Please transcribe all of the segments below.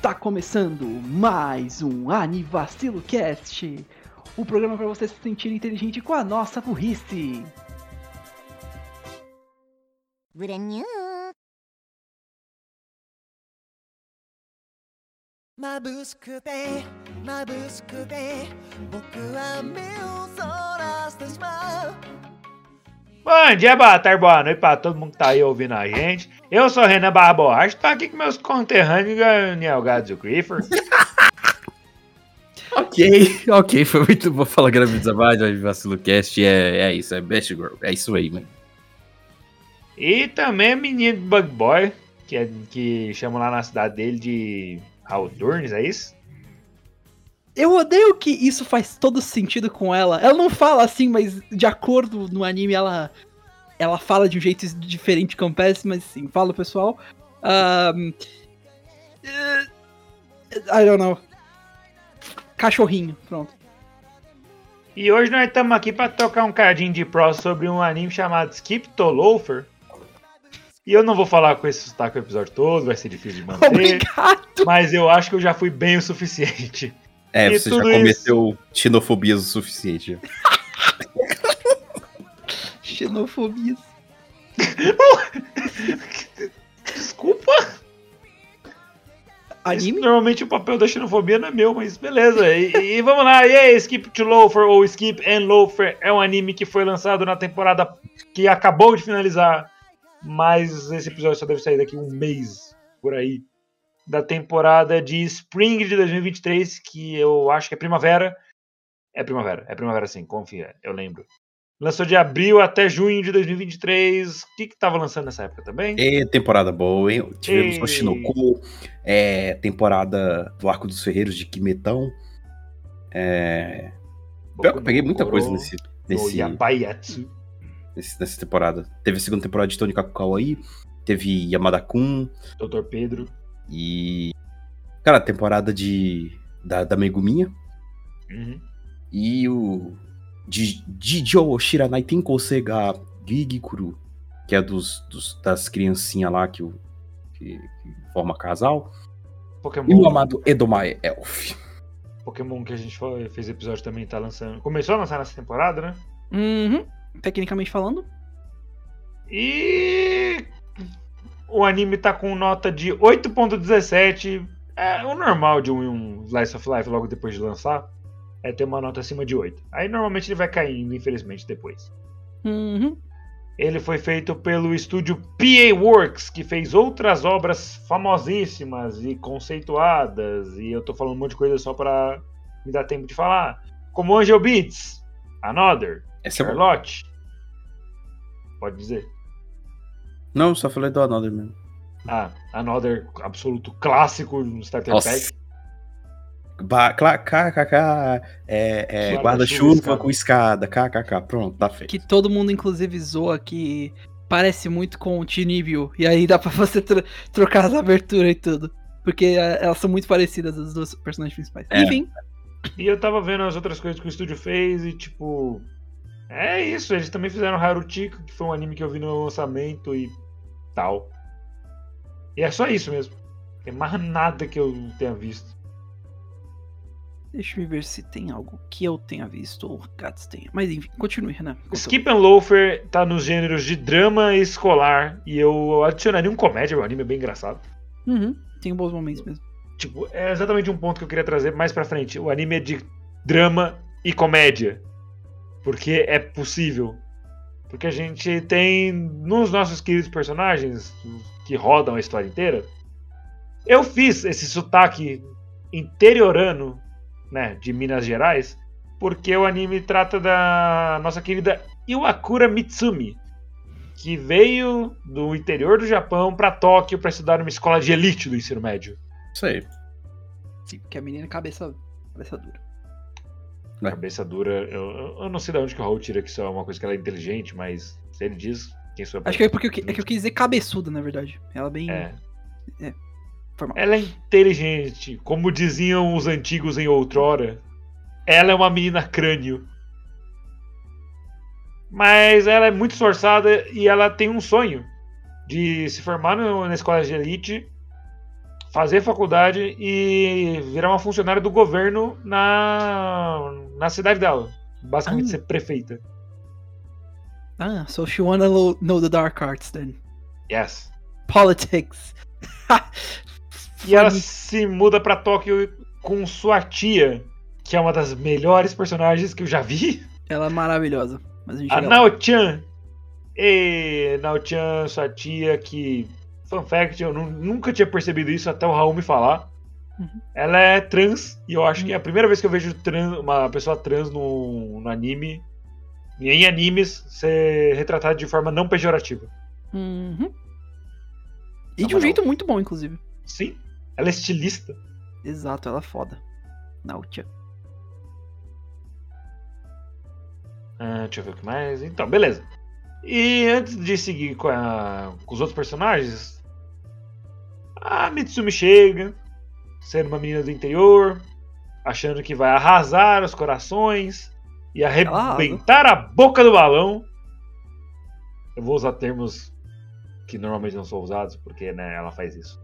Está começando mais um Anivacilo Cast, o programa para você se sentir inteligente com a nossa burrice. Bom dia, boa tarde, boa noite pra todo mundo que tá aí ouvindo a gente. Eu sou o Renan Barboage, tô aqui com meus conterrâneos Daniel Gads e o Clifford. Ok, foi muito bom falar Gravidez Abaixo, Vacilo Cast, é isso, é Best Girl, é isso aí, mano. E também menino Bug Boy, que chamam lá na cidade dele de Hawthorne, é isso? Eu odeio que isso faz todo sentido com ela. Ela não fala assim, mas de acordo no anime ela fala de um jeito diferente que acontece, mas sim, fala pessoal. I don't know. Cachorrinho, pronto. E hoje nós estamos aqui pra tocar um cadinho de prosa sobre um anime chamado Skip to Loafer. E eu não vou falar com esse sotaque o episódio todo, vai ser difícil de manter. Obrigado! Mas eu acho que eu já fui bem o suficiente. É, e você já cometeu xenofobias o suficiente. Xenofobia. Desculpa. Anime? Isso, normalmente o papel da xenofobia não é meu, mas beleza. E vamos lá. E aí, Skip to Loafer ou Skip and Loafer é um anime que foi lançado na temporada que acabou de finalizar. Mas esse episódio só deve sair daqui um mês, por aí. Da temporada de Spring de 2023, que eu acho que é primavera. É primavera sim, confia, eu lembro. Lançou de abril até junho de 2023. O que tava lançando nessa época também? Temporada boa, hein? Tivemos Oshinoko, temporada do Arco dos Ferreiros de Kimetão. Pior que eu peguei muita coisa nessa temporada. Teve a segunda temporada de Tony Kakukawaii, teve Yamada-kun, Dr. Pedro. E, cara, a temporada da Meguminha. Uhum. E o Jijo Shiranai Tenkosei ga Gigikuru, que é das criancinhas lá que forma casal. Pokémon. E o amado Edomae Elf. Pokémon que a gente fez episódio também tá lançando. Começou a lançar nessa temporada, né? Uhum. Tecnicamente falando. E o anime tá com nota de 8.17. É o normal de um Slice of Life logo depois de lançar. É ter uma nota acima de 8. Aí normalmente ele vai caindo, infelizmente, depois. Uhum. Ele foi feito pelo estúdio PA Works, que fez outras obras famosíssimas e conceituadas. E eu tô falando um monte de coisa só pra me dar tempo de falar. Como Angel Beats, Another, Charlotte. Pode dizer. Não, só falei do Another mesmo. Another absoluto clássico no Starter Pack. Guarda-chuva com escada, kkk, pronto, tá feito. Que todo mundo inclusive zoa que parece muito com o T-Nível, e aí dá pra você trocar as aberturas e tudo, porque elas são muito parecidas, as duas personagens principais. Enfim. E eu tava vendo as outras coisas que o estúdio fez e tipo, é isso, eles também fizeram Haruchika, que foi um anime que eu vi no lançamento e tal. E é só isso mesmo, não tem mais nada que eu tenha visto. Deixa eu ver se tem algo que eu tenha visto ou Gats tenha. Mas enfim, continue, Renan. Skip and Loafer tá nos gêneros de drama escolar. E eu adicionaria um comédia, o anime é bem engraçado. Uhum, tem bons momentos mesmo. Tipo, é exatamente um ponto que eu queria trazer mais pra frente. O anime é de drama e comédia. Porque é possível. Porque a gente tem nos nossos queridos personagens que rodam a história inteira. Eu fiz esse sotaque interiorano, né, de Minas Gerais, porque o anime trata da nossa querida Iwakura Mitsumi, que veio do interior do Japão pra Tóquio pra estudar numa escola de elite do ensino médio. Isso aí. Sim, porque a menina é cabeça dura. Cabeça dura, eu não sei de onde que o Raul tira que isso é uma coisa que ela é inteligente, mas se ele diz, quem sou eu? Acho que é porque eu quis dizer cabeçuda, na verdade. Ela bem... Ela é inteligente, como diziam os antigos em outrora. Ela é uma menina crânio. Mas ela é muito esforçada e ela tem um sonho de se formar na escola de elite fazer faculdade e virar uma funcionária do governo na cidade dela. Basicamente ser prefeita. So she wanna know the dark arts then. Yes. Politics. E ela se muda pra Tóquio com sua tia, que é uma das melhores personagens que eu já vi. Ela é maravilhosa. Mas a Nao-chan. E Nao-chan, sua tia, que... Fun fact, eu nunca tinha percebido isso até o Raul me falar. Ela é trans, e eu acho que é a primeira vez que eu vejo uma pessoa trans no anime, em animes, ser retratada de forma não pejorativa. E de um jeito muito bom, inclusive. Sim, ela é estilista. Exato, ela é foda. Nao-chan. Deixa eu ver o que mais. Então, beleza. E antes de seguir com os outros personagens, a Mitsumi chega, sendo uma menina do interior, achando que vai arrasar os corações e arrebentar a boca do balão. Eu vou usar termos que normalmente não são usados, porque, né, ela faz isso.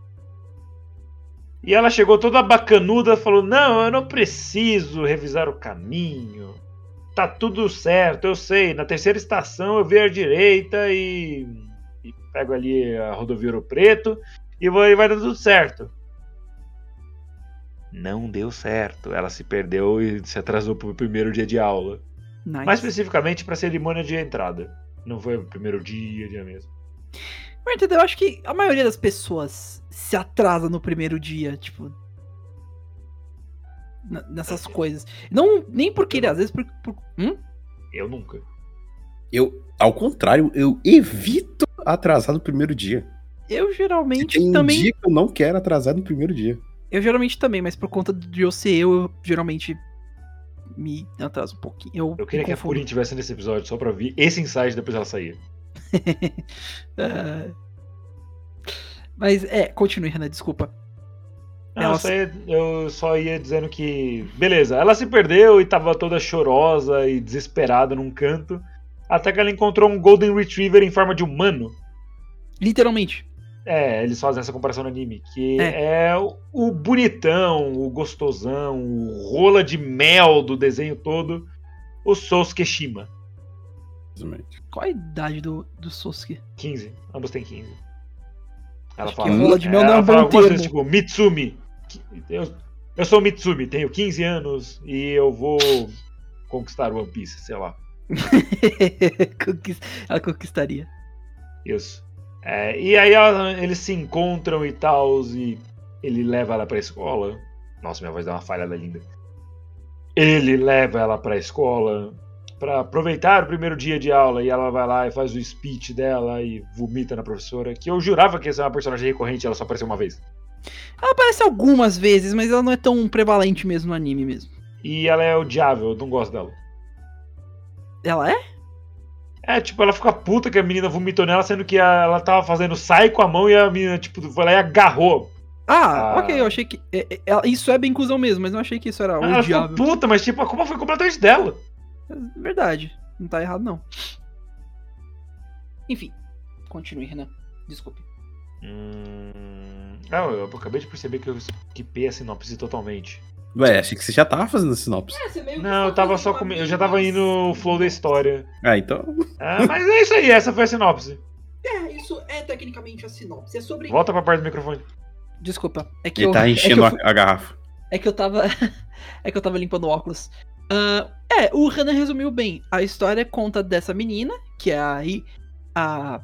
E ela chegou toda bacanuda, falou: não, eu não preciso revisar o caminho. Tá tudo certo, eu sei. Na terceira estação eu viro à direita e pego ali a rodovia Ouro Preto e vai dar tudo certo. Não deu certo. Ela se perdeu e se atrasou pro primeiro dia de aula. Nice. Mais especificamente pra cerimônia de entrada. Não foi o primeiro dia mesmo. Mas entendeu? Eu acho que a maioria das pessoas se atrasa no primeiro dia, tipo... nessas coisas. Não, nem porque ele, às vezes... Eu nunca. Ao contrário, eu evito atrasar no primeiro dia. Eu geralmente tem também... um dia que eu não quero atrasar no primeiro dia. Eu geralmente também, mas por conta de eu ser eu geralmente me atraso um pouquinho. Eu queria que a Purin tivesse nesse episódio só pra ouvir esse insight depois ela sair. Mas, continue, Renan, desculpa. Eu só ia dizendo que... Beleza, ela se perdeu e tava toda chorosa e desesperada num canto, até que ela encontrou um Golden Retriever em forma de humano. Literalmente. Eles fazem essa comparação no anime, que é o bonitão, o gostosão, o rola de mel do desenho todo, o Sosuke Shima. Qual a idade do Sosuke? 15, ambos têm 15. Ela Acho fala, que rola de mel não é um bom algumas vezes, termo. tipo, Mitsumi. Eu sou Mitsumi, tenho 15 anos e eu vou conquistar o One Piece, sei lá. Ela conquistaria. Isso. E aí eles se encontram e tal, e ele leva ela pra escola. Nossa, minha voz dá uma falhada linda. Ele leva ela pra escola pra aproveitar o primeiro dia de aula, e ela vai lá e faz o speech dela e vomita na professora, que eu jurava que ia ser uma personagem recorrente, ela só apareceu uma vez. Ela aparece algumas vezes, mas ela não é tão prevalente mesmo no anime mesmo. E ela é odiável, eu não gosto dela. Ela é? Tipo, ela fica puta que a menina vomitou nela, sendo que ela tava fazendo sai com a mão e a menina, tipo, foi lá e agarrou. Ok, eu achei que... isso é bem inclusão mesmo, mas não achei que isso era ela odiável. Ficou puta, mas tipo, a culpa foi completamente dela. Verdade, não tá errado não. Enfim, continue, Renan, desculpe. Eu acabei de perceber que eu skipei a sinopse totalmente. Ué, achei que você já tava fazendo a sinopse. Não, eu tava só eu já tava indo no flow da história. Então... mas é isso aí, essa foi a sinopse. Isso é tecnicamente a sinopse, é sobre... Volta pra parte do microfone. Desculpa, é que ele tá enchendo a garrafa. É que eu tava limpando o óculos. O Renan resumiu bem. A história conta dessa menina, que é a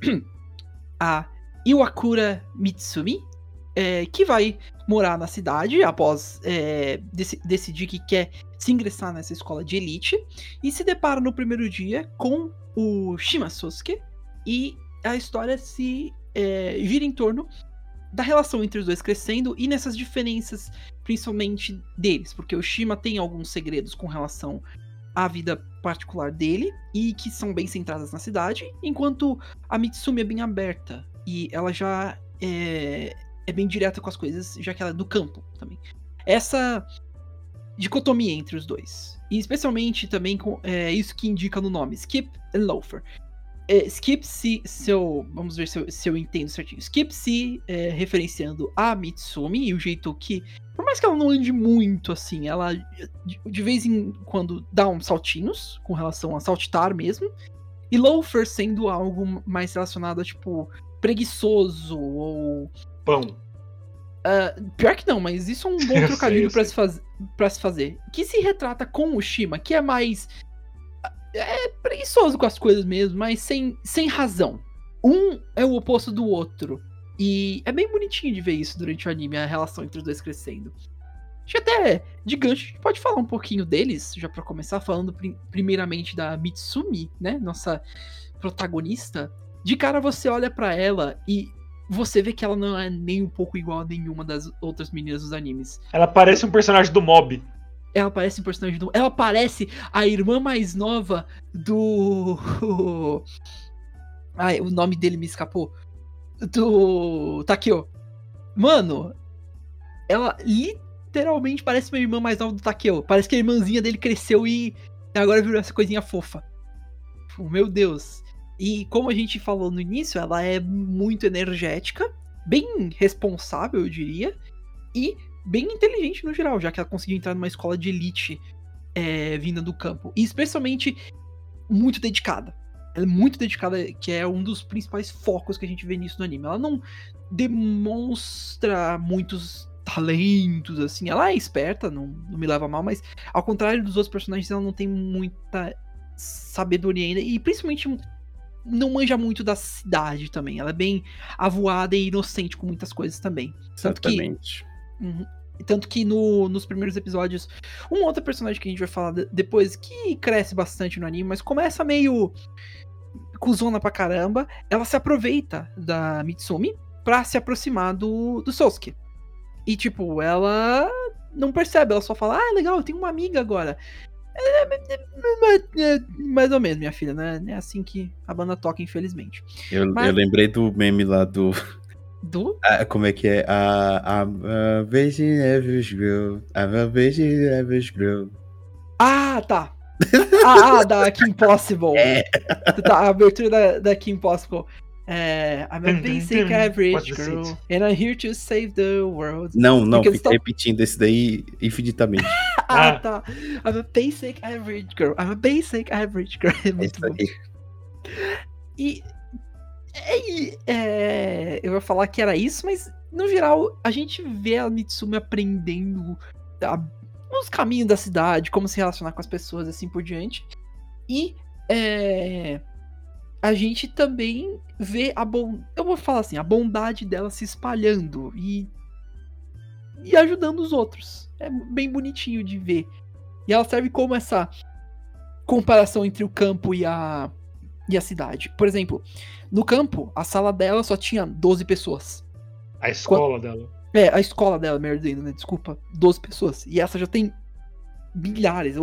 Iwakura Mitsumi, que vai morar na cidade após decidir que quer se ingressar nessa escola de elite, e se depara no primeiro dia com o Shima Sosuke, e a história se gira em torno da relação entre os dois crescendo e nessas diferenças, principalmente deles, porque o Shima tem alguns segredos com relação à vida particular dele e que são bem centradas na cidade, enquanto a Mitsumi é bem aberta e ela já é bem direta com as coisas, já que ela é do campo também. Essa dicotomia entre os dois, e especialmente também com isso que indica no nome, Skip and Loafer. Skip C, vamos ver se eu entendo certinho. Skip C referenciando a Mitsumi e o jeito que, por mais que ela não ande muito assim, ela de vez em quando dá uns saltinhos com relação a saltitar mesmo. E loafer sendo algo mais relacionado a, tipo, preguiçoso ou... Pão. Pior que não, mas isso é um bom trocadilho pra se fazer. Que se retrata com o Shima, que é mais... preguiçoso com as coisas mesmo, mas sem razão. Um é o oposto do outro. E é bem bonitinho de ver isso durante o anime, a relação entre os dois crescendo. Acho que até, de gancho, a gente pode falar um pouquinho deles, já pra começar, falando primeiramente da Mitsumi, né, nossa protagonista. De cara você olha pra ela e você vê que ela não é nem um pouco igual a nenhuma das outras meninas dos animes. Ela parece um personagem do Mob. Ela parece um personagem do... Ela parece a irmã mais nova do... Ai, o nome dele me escapou. Do Takeo. Mano, ela literalmente parece uma irmã mais nova do Takeo. Parece que a irmãzinha dele cresceu e agora virou essa coisinha fofa. Meu Deus. E como a gente falou no início, ela é muito energética, bem responsável, eu diria, e bem inteligente no geral, já que ela conseguiu entrar numa escola de elite vinda do campo. E especialmente muito dedicada. Ela é muito dedicada, que é um dos principais focos que a gente vê nisso no anime. Ela não demonstra muitos talentos, assim. Ela é esperta, não me leva a mal, mas ao contrário dos outros personagens, ela não tem muita sabedoria ainda. E principalmente não manja muito da cidade também. Ela é bem avoada e inocente com muitas coisas também. Exatamente. Tanto que nos primeiros episódios, um outro personagem que a gente vai falar depois, que cresce bastante no anime, mas começa meio cuzona pra caramba, ela se aproveita da Mitsumi pra se aproximar do Sosuke. E tipo, ela não percebe, ela só fala, legal, eu tenho uma amiga agora. Mais ou menos, minha filha, né? É assim que a banda toca, infelizmente. Eu lembrei do meme lá do... como é que é? I'm a virgin average girl. I'm a virgin average girl. Ah, tá. Da Kim Possible. Tá, a abertura da Kim Possible. I'm a basic average girl. And I'm here to save the world. Não, fica repetindo esse daí infinitamente. Tá. I'm a basic average girl. I'm a basic average girl. É muito bom. E eu ia falar que era isso, mas no geral a gente vê a Mitsumi aprendendo os caminhos da cidade, como se relacionar com as pessoas, assim por diante. E a gente também vê eu vou falar assim, a bondade dela se espalhando e ajudando os outros. É bem bonitinho de ver. E ela serve como essa comparação entre o campo e a cidade. Por exemplo, no campo, a sala dela só tinha 12 pessoas. A escola dela. A escola dela, merda ainda, né? Desculpa. 12 pessoas. E essa já tem milhares.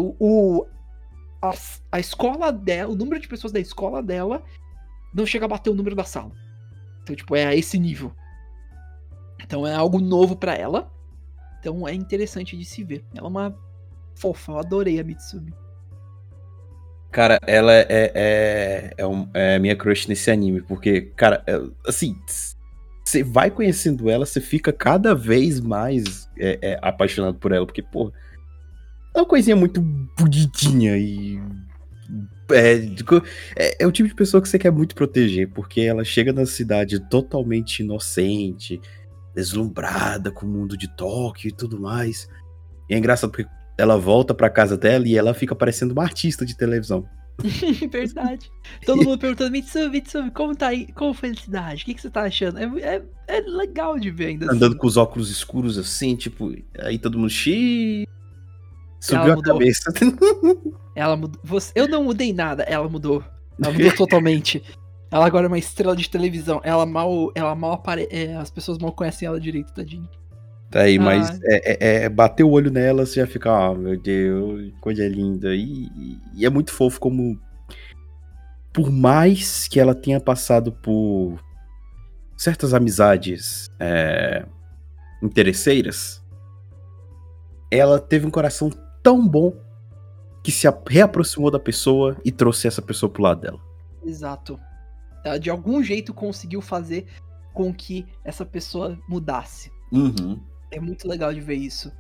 A escola dela, o número de pessoas da escola dela não chega a bater o número da sala. Então, tipo, é a esse nível. Então é algo novo pra ela. Então é interessante de se ver. Ela é uma fofa. Eu adorei a Mitsumi. Cara, ela é minha crush nesse anime, porque, cara, assim, você vai conhecendo ela, você fica cada vez mais apaixonado por ela, porque, pô, é uma coisinha muito bonitinha e é o tipo de pessoa que você quer muito proteger, porque ela chega na cidade totalmente inocente, deslumbrada com o mundo de Tóquio e tudo mais, e é engraçado porque ela volta pra casa dela e ela fica parecendo uma artista de televisão. Verdade. Todo mundo perguntando, Mitsumi, como tá aí? Como foi a cidade? O que você tá achando? É legal de ver ainda. Andando com os óculos escuros assim, tipo, aí todo mundo subiu a cabeça. Ela mudou. Eu não mudei nada, ela mudou. Ela mudou totalmente. Ela agora é uma estrela de televisão. Ela mal aparece. As pessoas mal conhecem ela direito, tadinho. Tá aí, mas bater o olho nela, você já fica, meu Deus, coisa linda. E é muito fofo como, por mais que ela tenha passado por certas amizades interesseiras, ela teve um coração tão bom que se reaproximou da pessoa e trouxe essa pessoa pro lado dela. Exato. Ela de algum jeito conseguiu fazer com que essa pessoa mudasse. Uhum. É muito legal de ver isso.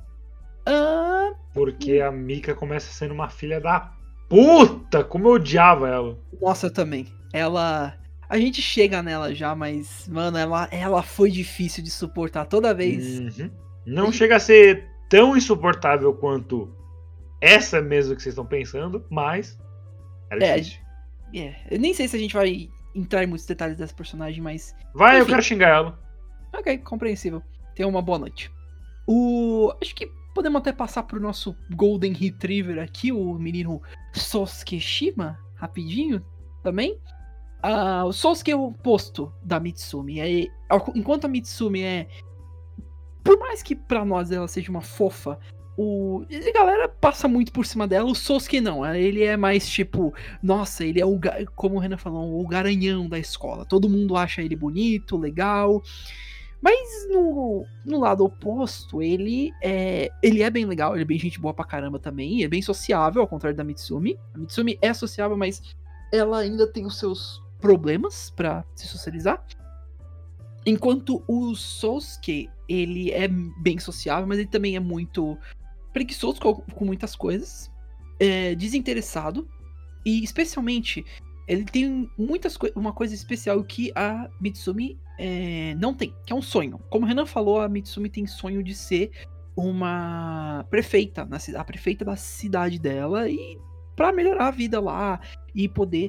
Porque a Mika começa sendo uma filha da puta! Como eu odiava ela. Nossa, eu também. A gente chega nela já, mas, mano, ela foi difícil de suportar toda vez. Uhum. Não chega a ser tão insuportável quanto essa mesmo que vocês estão pensando, mas era difícil. Eu nem sei se a gente vai entrar em muitos detalhes dessa personagem, mas... Vai, eu enfim. quero xingar ela. Ok, compreensível. Tenha uma boa noite. Acho que podemos até passar pro nosso Golden Retriever aqui, o menino Sosuke Shima, rapidinho, também. O Sosuke é o oposto da Mitsumi. Enquanto a Mitsumi por mais que pra nós ela seja uma fofa, a galera passa muito por cima dela. O Sosuke não, ele é mais tipo, nossa, ele é como o Renan falou, o garanhão da escola. Todo mundo acha ele bonito, legal. Mas no lado oposto, ele é bem legal, ele é bem gente boa pra caramba também, é bem sociável, ao contrário da Mitsumi. A Mitsumi é sociável, mas ela ainda tem os seus problemas pra se socializar. Enquanto o Sosuke, ele é bem sociável, mas ele também é muito preguiçoso com muitas coisas, desinteressado, e especialmente, ele tem uma coisa especial que a Mitsumi não tem, que é um sonho. Como o Renan falou, a Mitsumi tem sonho de ser uma prefeita, a prefeita da cidade dela, e pra melhorar a vida lá, e poder,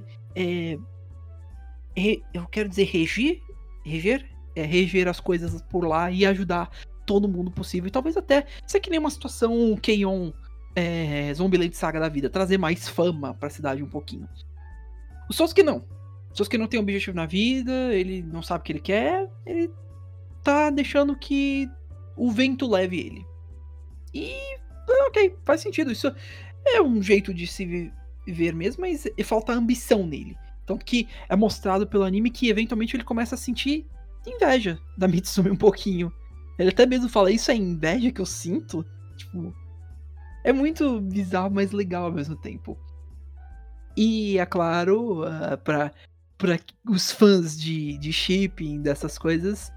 eu quero dizer, reger as coisas por lá e ajudar todo mundo possível. E talvez até, isso é que nem uma situação Keion Zombieland Saga da vida, trazer mais fama pra cidade um pouquinho. O Sosuke não. O Sosuke não tem objetivo na vida, ele não sabe o que ele quer, ele tá deixando que o vento leve ele. E, ok, faz sentido. Isso é um jeito de se viver mesmo, mas falta ambição nele. Tanto que é mostrado pelo anime que eventualmente ele começa a sentir inveja da Mitsumi um pouquinho. Ele até mesmo fala, isso é inveja que eu sinto? Tipo, é muito bizarro, mas legal ao mesmo tempo. E, é claro, pra os fãs de shipping, dessas coisas,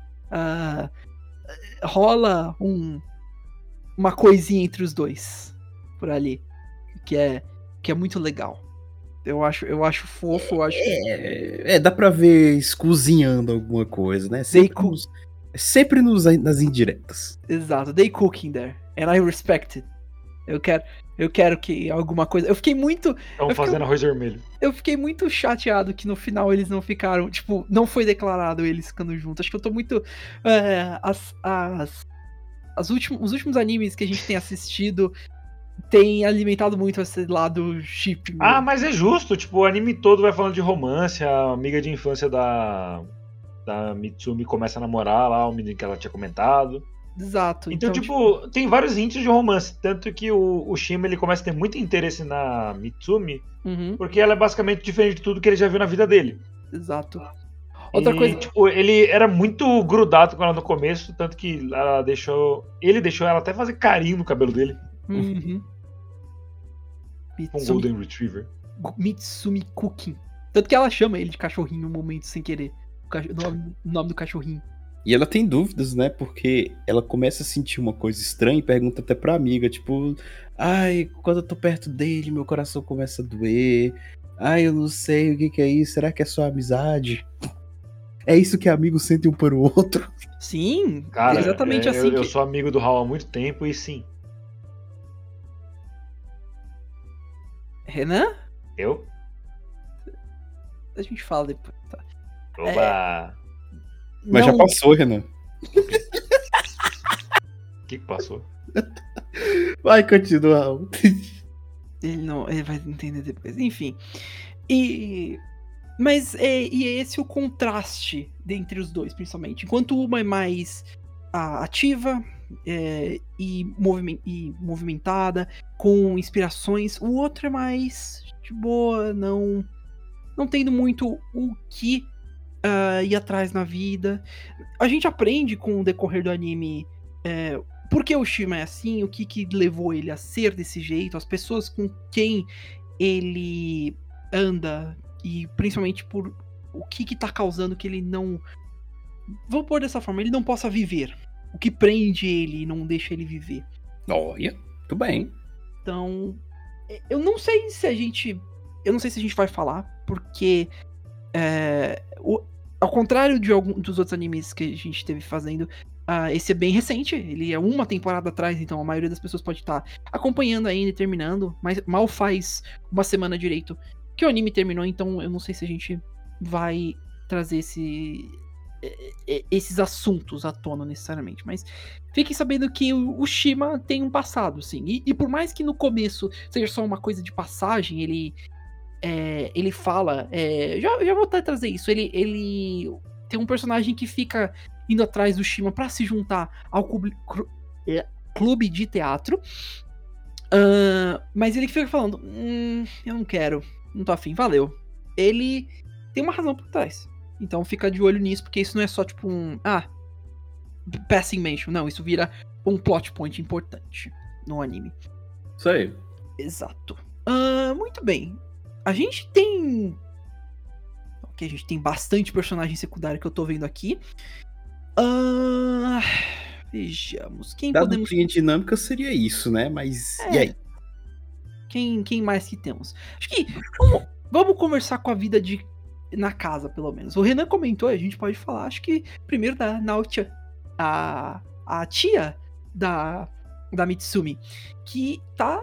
rola uma coisinha entre os dois, por ali, que é muito legal. Eu acho fofo, eu acho... Dá pra ver cozinhando alguma coisa, né? Sempre nas indiretas. Exato, they cooking there, and I respect it. Eu quero que alguma coisa... Estão fazendo arroz vermelho. Eu fiquei muito chateado que no final eles não ficaram... Tipo, não foi declarado eles ficando juntos. Acho que eu tô muito... Os últimos animes que a gente tem assistido tem alimentado muito esse lado chip. Mas é justo. Tipo, o anime todo vai falando de romance. A amiga de infância da Mitsumi começa a namorar lá o menino que ela tinha comentado. Exato. Então, tipo, tem vários hints de romance. Tanto que o Shima, ele começa a ter muito interesse na Mitsumi, porque ela é basicamente diferente de tudo que ele já viu na vida dele. Exato. Outra coisa... Tipo, ele era muito grudado com ela no começo, tanto que ele deixou ela até fazer carinho no cabelo dele. Um Golden Retriever. Mitsumi Cooking. Tanto que ela chama ele de cachorrinho no momento sem querer. O nome do cachorrinho. E ela tem dúvidas, né? Porque ela começa a sentir uma coisa estranha e pergunta até pra amiga, tipo... Ai, quando eu tô perto dele, meu coração começa a doer. Ai, eu não sei o que é isso. Será que é só amizade? É isso que amigos sentem um para o outro? Sim, cara, exatamente assim. Eu sou amigo do Raul há muito tempo e sim. Renan? Eu? A gente fala depois, tá? Oba! Mas já passou, Renan. O que passou? Vai, continua. Ele vai entender depois. Enfim. Mas é esse o contraste entre os dois, principalmente. Enquanto uma é mais ativa e movimentada, com inspirações, o outro é mais de boa, não tendo muito o que ir atrás na vida. A gente aprende com o decorrer do anime por que o Shima é assim, o que levou ele a ser desse jeito, as pessoas com quem ele anda, e principalmente por o que tá causando que ele não... Vou pôr dessa forma, ele não possa viver. O que prende ele e não deixa ele viver. Olha, muito bem. Então, eu não sei se a gente... Eu não sei se a gente vai falar, porque... ao contrário de dos outros animes que a gente teve fazendo, esse é bem recente, ele é uma temporada atrás, então a maioria das pessoas pode estar acompanhando ainda e terminando, mas mal faz uma semana direito que o anime terminou, então eu não sei se a gente vai trazer esses assuntos à tona necessariamente, mas fiquem sabendo que o Shima tem um passado, sim, e por mais que no começo seja só uma coisa de passagem, ele fala, já vou até trazer isso, ele tem um personagem que fica indo atrás do Shima pra se juntar ao clube de teatro, mas ele fica falando, eu não quero, não tô afim, valeu. Ele tem uma razão por trás, então fica de olho nisso, porque isso não é só tipo passing mention, não, isso vira um plot point importante no anime. Isso aí. Exato. Muito bem. A gente tem bastante personagem secundário que eu tô vendo aqui. Vejamos. Quem Dado podemos... linha dinâmica seria isso, né? Mas e aí? Quem mais que temos? Acho que vamos conversar com a vida na casa, pelo menos. O Renan comentou, a gente pode falar, acho que primeiro da Naotia, a tia da Mitsumi, que tá...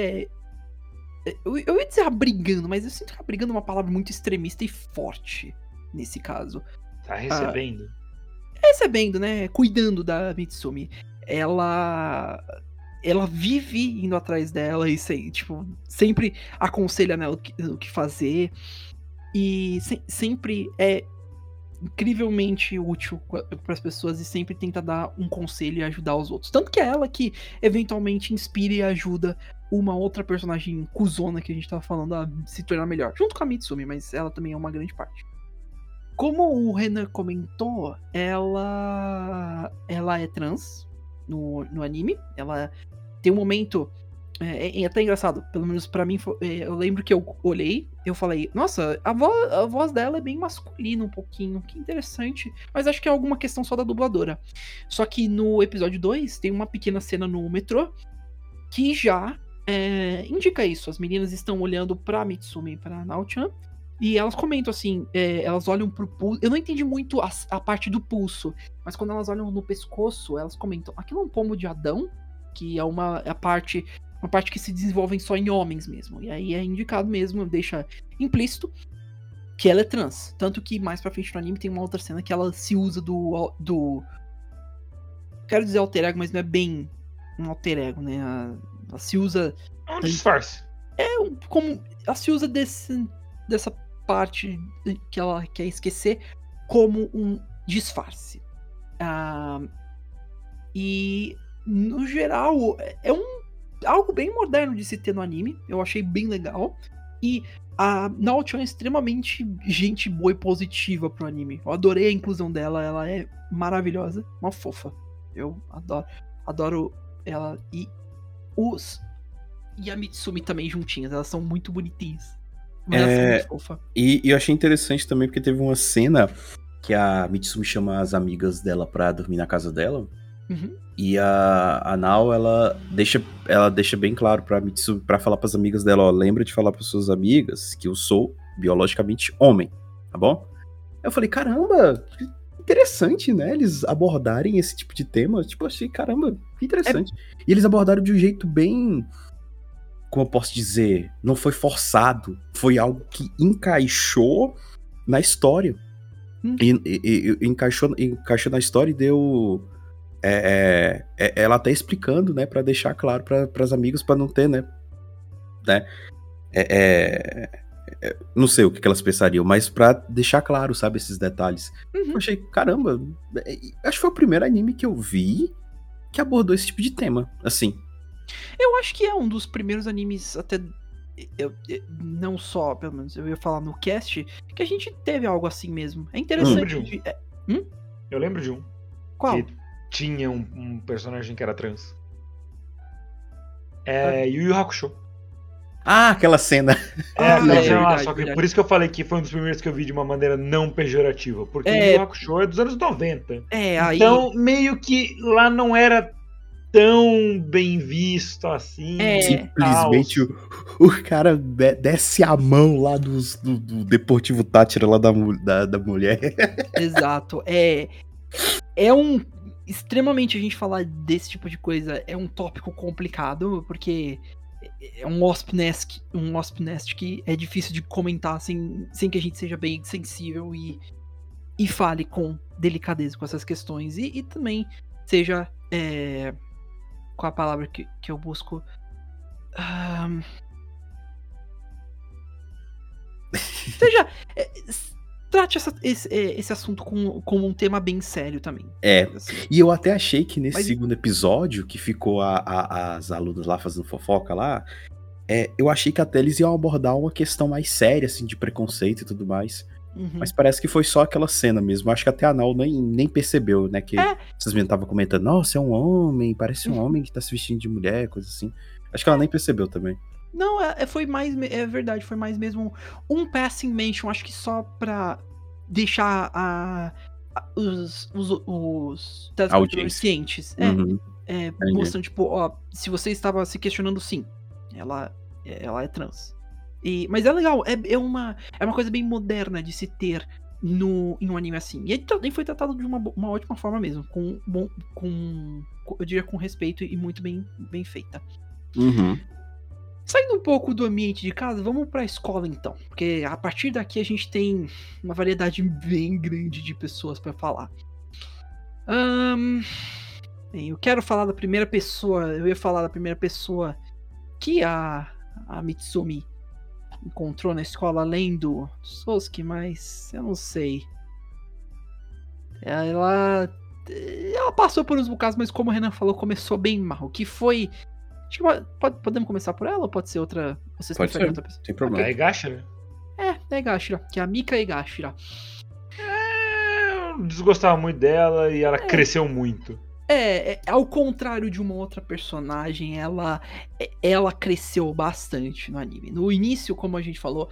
Eu ia dizer abrigando, mas eu sinto que abrigando é uma palavra muito extremista e forte nesse caso. Tá recebendo. Recebendo, né? Cuidando da Mitsumi. Ela vive indo atrás dela e sempre aconselha nela o que fazer. E sempre é incrivelmente útil para as pessoas e sempre tenta dar um conselho e ajudar os outros. Tanto que é ela que eventualmente inspira e ajuda uma outra personagem cuzona que a gente tava falando a se tornar melhor. Junto com a Mitsumi, mas ela também é uma grande parte. Como o Renan comentou, ela é trans no anime. Ela tem um momento... É até engraçado, pelo menos pra mim, eu lembro que eu olhei, eu falei, nossa, a voz dela é bem masculina um pouquinho, que interessante, mas acho que é alguma questão só da dubladora. Só que no episódio 2 tem uma pequena cena no metrô que já indica isso. As meninas estão olhando pra Mitsumi e pra Naochan e elas comentam assim, elas olham pro pulso, eu não entendi muito a parte do pulso, mas quando elas olham no pescoço, elas comentam, aquilo é um pomo de Adão, que é uma parte que se desenvolve só em homens mesmo. E aí é indicado mesmo, deixa implícito que ela é trans. Tanto que mais pra frente no anime tem uma outra cena que ela se usa do... Quero dizer alter ego, mas não é bem um alter ego, né? Ela se usa... É um disfarce. Ela se usa dessa parte que ela quer esquecer como um disfarce. E, no geral, é algo bem moderno de se ter no anime. Eu achei bem legal. E a Naochan é extremamente gente boa e positiva pro anime. Eu adorei a inclusão dela. Ela é maravilhosa. Uma fofa. Eu adoro ela. E a Mitsumi também juntinhas. Elas são muito bonitinhas. Mas ela é muito fofa. E eu achei interessante também porque teve uma cena que a Mitsumi chama as amigas dela pra dormir na casa dela. Uhum. E a Nao, ela deixa bem claro pra Mitsumi, pra falar pras amigas dela, ó, lembra de falar pras suas amigas que eu sou biologicamente homem, tá bom? Eu falei, caramba, que interessante, né, eles abordarem esse tipo de tema, tipo, eu achei, caramba, que interessante. E eles abordaram de um jeito bem, como eu posso dizer, não foi forçado, foi algo que encaixou na história. E encaixou na história e deu... ela até explicando, né, pra deixar claro pras amigas, pra não ter, né, não sei o que elas pensariam, mas pra deixar claro, sabe, esses detalhes. Uhum. Eu achei, caramba, acho que foi o primeiro anime que eu vi que abordou esse tipo de tema, assim. Eu acho que é um dos primeiros animes, até não só, pelo menos eu ia falar no cast, que a gente teve algo assim mesmo. É interessante. Eu lembro de um. Qual? Que tinha um personagem que era trans. Yu Yu Hakusho. Ah, aquela cena. Aquela cena lá, verdade, só que verdade. por isso que eu falei que foi um dos primeiros que eu vi de uma maneira não pejorativa. Porque É. Yu Yu Hakusho é dos anos 90. Aí. Então, meio que lá não era tão bem visto assim. Simplesmente o cara desce a mão lá do Deportivo Tátira lá da mulher. Exato. É extremamente a gente falar desse tipo de coisa é um tópico complicado, porque é um wasp nest que é difícil de comentar sem que a gente seja bem sensível e fale com delicadeza com essas questões e também seja qual a palavra que eu busco? Seja trate esse assunto como um tema bem sério também. Assim. E eu até achei que nesse Mas- segundo episódio, que ficou as alunas lá fazendo fofoca lá, eu achei que até eles iam abordar uma questão mais séria, assim, de preconceito e tudo mais. Uhum. Mas parece que foi só aquela cena mesmo. Acho que até a Nau nem percebeu, né? Que vocês mesmo estavam comentando, nossa, é um homem, parece um homem que tá se vestindo de mulher, coisa assim. Acho que ela nem percebeu também. Não, foi mais. É verdade, foi mais mesmo um passing mention, acho que só pra deixar os telespectadores cientes. Uhum. Mostrando, tipo, ó, se você estava se questionando, sim, ela é trans. Mas é legal, é uma coisa bem moderna de se ter em um anime assim. E ele também foi tratado de uma ótima forma mesmo, eu diria com respeito e muito bem feita. Uhum. Saindo um pouco do ambiente de casa, vamos pra escola então. Porque a partir daqui a gente tem uma variedade bem grande de pessoas pra falar. Bem, eu quero falar da primeira pessoa. Eu ia falar da primeira pessoa que a Mitsumi encontrou na escola, além do Sosuke, mas eu não sei. Ela passou por uns bocados, mas como o Renan falou, começou bem mal. Que foi. Acho que podemos começar por ela ou pode ser outra? Vocês Pode preferem ser, outra pessoa? sem problema. É Egashira? É Egashira, que é a Mika Egashira. Eu desgostava muito dela e ela cresceu muito. Ao contrário de uma outra personagem, ela cresceu bastante no anime. No início, como a gente falou,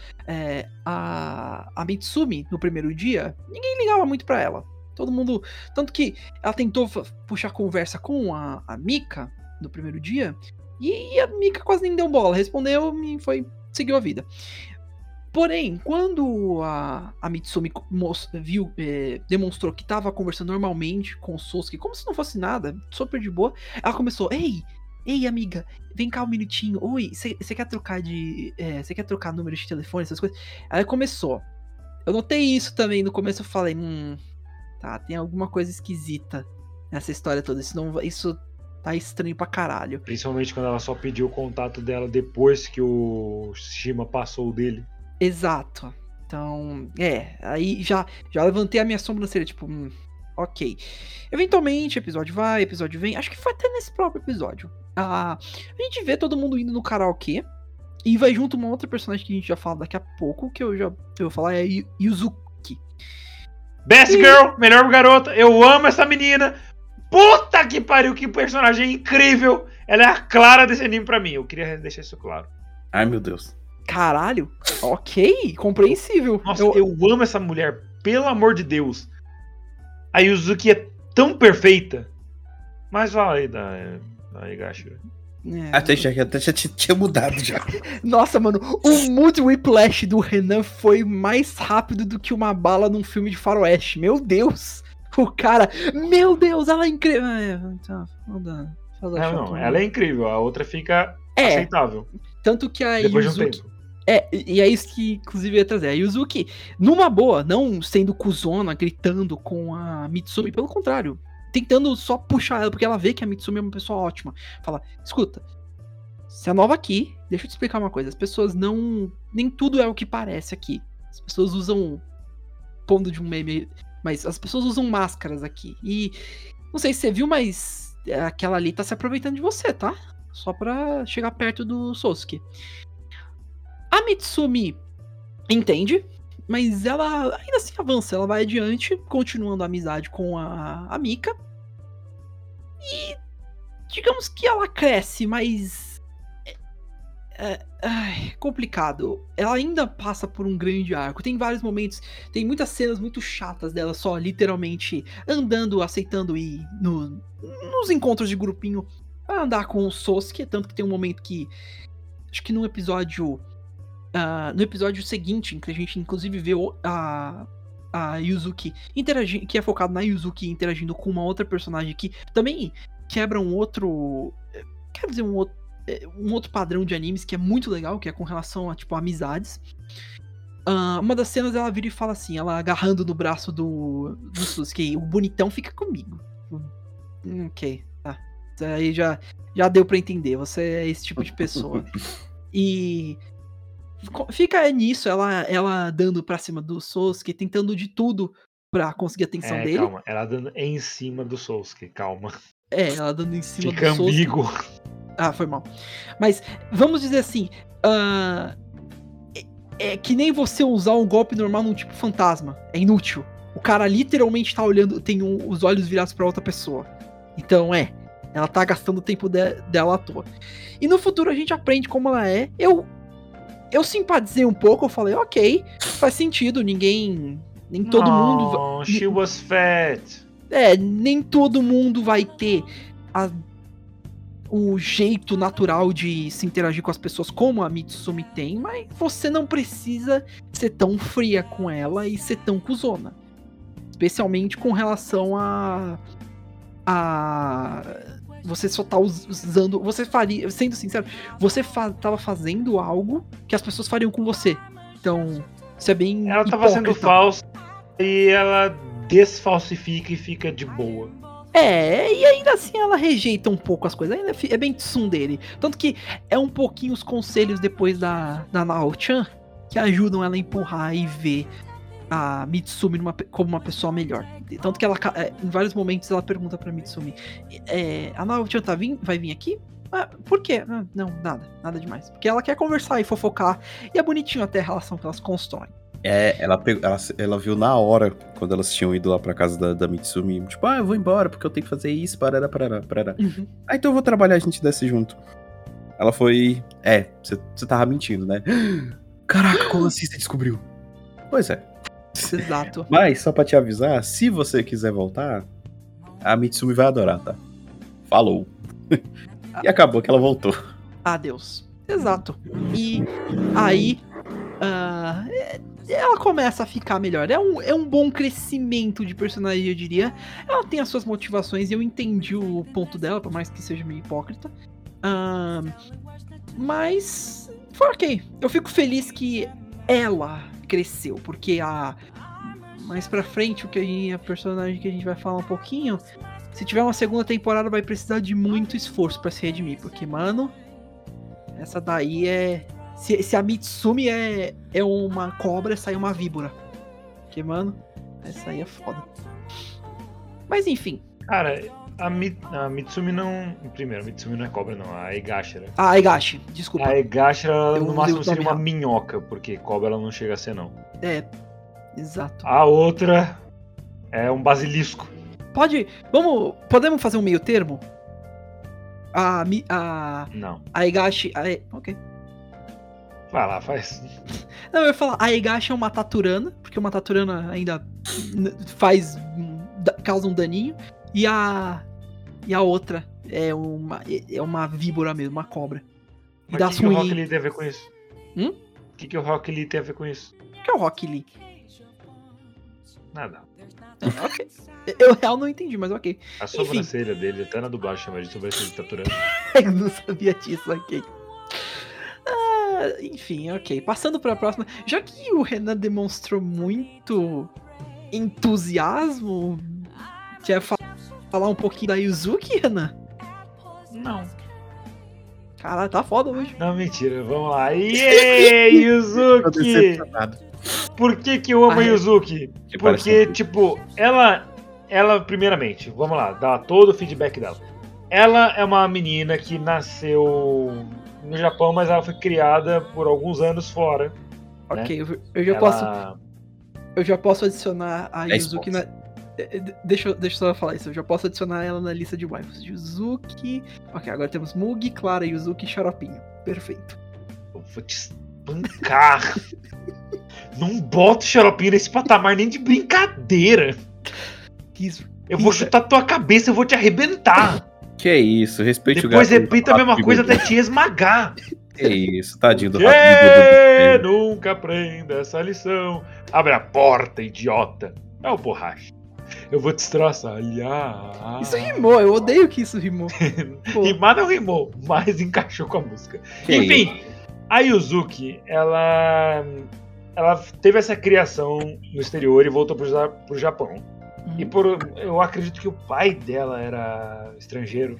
a Mitsumi, no primeiro dia, ninguém ligava muito pra ela. Todo mundo. Tanto que ela tentou puxar conversa com a Mika no primeiro dia, e a Mika quase nem deu bola. Respondeu e seguiu a vida. Porém, quando a Mitsumi demonstrou que estava conversando normalmente com o Sosuke, como se não fosse nada, super de boa, ela começou: Ei, amiga, vem cá um minutinho. Oi, você quer trocar você quer trocar número de telefone, essas coisas? Ela começou. Eu notei isso também no começo, eu falei, tá, tem alguma coisa esquisita nessa história toda. Isso tá estranho pra caralho. Principalmente quando ela só pediu o contato dela depois que o Shima passou o dele. Exato. Então, aí já levantei a minha sobrancelha, tipo, ok. Eventualmente, episódio vai, episódio vem. Acho que foi até nesse próprio episódio. A gente vê todo mundo indo no karaokê. E vai junto uma outra personagem que a gente já fala daqui a pouco, que eu vou falar, é Yuzuki. Best Girl, melhor garota. Eu amo essa menina. Puta que pariu, que personagem incrível. Ela é a Clara desse anime pra mim. Eu queria deixar isso claro. Ai, meu Deus. Caralho, ok, compreensível. Nossa, eu amo essa mulher, pelo amor de Deus. A Yuzuki é tão perfeita. Mas fala aí da Egashira. Até já tinha mudado já. Nossa, mano, o mood whiplash do Renan foi mais rápido do que uma bala num filme de faroeste. Meu Deus! O cara, meu Deus, ela é incrível. Não, ela é incrível, a outra fica aceitável. Tanto que a depois Yuzuki... de um tempo. E é isso que, inclusive, eu ia trazer. A Yuzuki, numa boa, não sendo cuzona, gritando com a Mitsumi, pelo contrário, tentando só puxar ela, porque ela vê que a Mitsumi é uma pessoa ótima. Fala, escuta, você é nova aqui, deixa eu te explicar uma coisa. As pessoas nem tudo é o que parece aqui. As pessoas usam, pondo de um meme, mas as pessoas usam máscaras aqui. E, não sei se você viu, mas aquela ali tá se aproveitando de você, tá? Só pra chegar perto do Sosuke. A Mitsumi entende, mas ela ainda assim avança, ela vai adiante, continuando a amizade com a Mika. E digamos que ela cresce, mas complicado. Ela ainda passa por um grande arco. Tem vários momentos, tem muitas cenas muito chatas dela só literalmente andando, aceitando ir nos encontros de grupinho pra andar com o Sosuke. Tanto que tem um momento que, acho que no episódio seguinte, em que a gente inclusive vê a Yuzuki interagindo, que é focado na Yuzuki interagindo com uma outra personagem que também quebra um outro padrão de animes que é muito legal, que é com relação a, tipo, amizades. Uma das cenas ela vira e fala assim, ela agarrando no braço do Sasuke, o bonitão fica comigo. Ok, tá. Isso aí já deu pra entender, você é esse tipo de pessoa. E fica nisso, ela dando pra cima do Sasuke, tentando de tudo pra conseguir a atenção dele. Calma, ela dando em cima do Sasuke, calma. Ela dando em cima Fica do Sasuke. ambíguo. Foi mal. Mas, vamos dizer assim, é que nem você usar um golpe normal num tipo fantasma. É inútil. O cara literalmente tá olhando, tem os olhos virados pra outra pessoa. Então, ela tá gastando o tempo dela à toa. E no futuro a gente aprende como ela é. Eu simpatizei um pouco, eu falei, ok, faz sentido, nem todo mundo... She was fat. Nem todo mundo vai ter o jeito natural de se interagir com as pessoas como a Mitsumi tem, mas você não precisa ser tão fria com ela e ser tão cuzona. Especialmente com relação a você só tá usando... Você faria... Sendo sincero, você tava fazendo algo que as pessoas fariam com você. Então, isso é bem Ela tava sendo falsa e ela desfalsifica e fica de boa. E ainda assim ela rejeita um pouco as coisas. Ainda é bem tsundere. Tanto que é um pouquinho os conselhos depois da Nao-chan que ajudam ela a empurrar e ver a Mitsumi como uma pessoa melhor. Tanto que ela, em vários momentos, ela pergunta pra Mitsumi: a Nao-chan vai vir aqui? Por quê? Não, nada demais. Porque ela quer conversar e fofocar. E é bonitinho até a relação que elas constroem. Ela viu na hora, quando elas tinham ido lá pra casa da Mitsumi, tipo, eu vou embora porque eu tenho que fazer isso, parará. Uhum. Então eu vou trabalhar, a gente desce junto. Ela foi... você tava mentindo, né? Caraca, como assim você descobriu? Pois é. Exato. Mas, só pra te avisar, se você quiser voltar, a Mitsumi vai adorar, tá? Falou. E acabou que ela voltou. Adeus. Exato. E aí... ela começa a ficar melhor. É um bom crescimento de personagem, eu diria. Ela tem as suas motivações e eu entendi o ponto dela, por mais que seja meio hipócrita. Mas foi ok. Eu fico feliz que ela cresceu, porque mais pra frente, a personagem que a gente vai falar um pouquinho, se tiver uma segunda temporada vai precisar de muito esforço pra se redimir, porque, mano, essa daí se a Mitsumi é uma cobra, essa aí é uma víbora. Porque, mano, essa aí é foda. Mas enfim. Cara, a Mitsumi não... Primeiro, a Mitsumi não é cobra, não. A Egashira. A Egashi, desculpa. A Egashira, no máximo, seria uma minhoca, porque cobra ela não chega a ser, não. Exato. A outra é um basilisco. Podemos fazer um meio termo? Não. A Egashi... Ok. Vai lá, faz. Não, eu ia falar, a Egashi é uma taturana, porque uma taturana ainda causa um daninho, e a outra é uma víbora mesmo, uma cobra. Mas o que o Rock Lee tem a ver com isso? O que o Rock Lee tem a ver com isso? O que é o Rock Lee? Nada. Ok. Eu real não entendi, mas ok. A sobrancelha dele, até na dublagem chama de sobrancelha de taturana. Eu não sabia disso, ok. Enfim, ok. Passando pra próxima. Já que o Renan demonstrou muito entusiasmo, quer falar um pouquinho da Yuzuki, Renan? Não. Caralho, tá foda hoje. Não, mentira. Vamos lá. Yuzuki! Por que eu amo a Yuzuki? Porque, tipo, ela, primeiramente, vamos lá, dá todo o feedback dela. Ela é uma menina que nasceu no Japão, mas ela foi criada por alguns anos fora. Ok, né? eu já posso adicionar a Yuzuki na... Deixa eu só falar isso, eu já posso adicionar ela na lista de waifus. Yuzuki... Ok, agora temos Mugi, Clara, Yuzuki e Xaropinho. Perfeito. Eu vou te espancar. Não boto xaropinho nesse patamar nem de brincadeira. Eu vou chutar tua cabeça, eu vou te arrebentar. Que isso, respeite Depois o gato. repita a mesma coisa até te esmagar. Que isso, tadinho do Que rato. nunca aprenda essa lição. Abre a porta, idiota. É o borracha. Eu vou te estraçalhar. Isso rimou, eu odeio que isso rimou. Rimar não rimou, mas encaixou com a música. Que Enfim, a Yuzuki, ela teve essa criação no exterior e voltou pro Japão. E eu acredito que o pai dela era estrangeiro.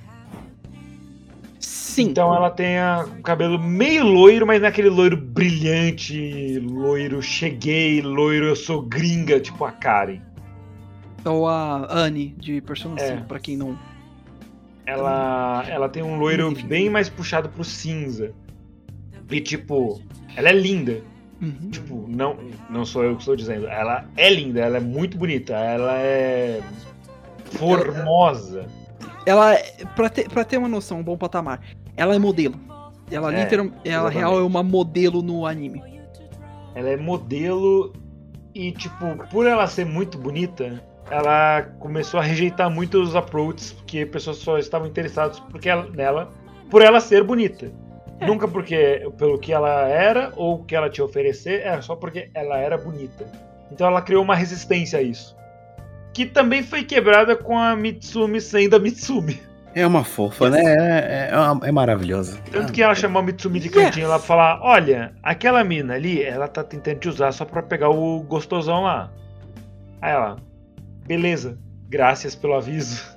Sim. Então ela tem o cabelo meio loiro, mas não é aquele loiro brilhante, loiro cheguei, loiro eu sou gringa, tipo a Karen. Ou a Anne de Persona 5, pra quem não... Ela tem um loiro Enfim. bem mais puxado pro cinza. E tipo, ela é linda. Uhum. Tipo, não sou eu que estou dizendo. Ela é linda, ela é muito bonita, ela é formosa. Ela, pra ter uma noção, um bom patamar, ela é modelo. Ela ela real é uma modelo no anime. Ela é modelo e, tipo, por ela ser muito bonita, ela começou a rejeitar muitos approaches porque pessoas só estavam interessadas nela por ela ser bonita. Nunca pelo que ela era ou o que ela tinha a oferecer, era só porque ela era bonita. Então ela criou uma resistência a isso. Que também foi quebrada com a Mitsumi sendo a Mitsumi. É uma fofa, né? É maravilhosa. Tanto que ela chamou a Mitsumi de cantinho lá pra falar: olha, aquela mina ali, ela tá tentando te usar só pra pegar o gostosão lá. Aí ela, beleza, graças pelo aviso.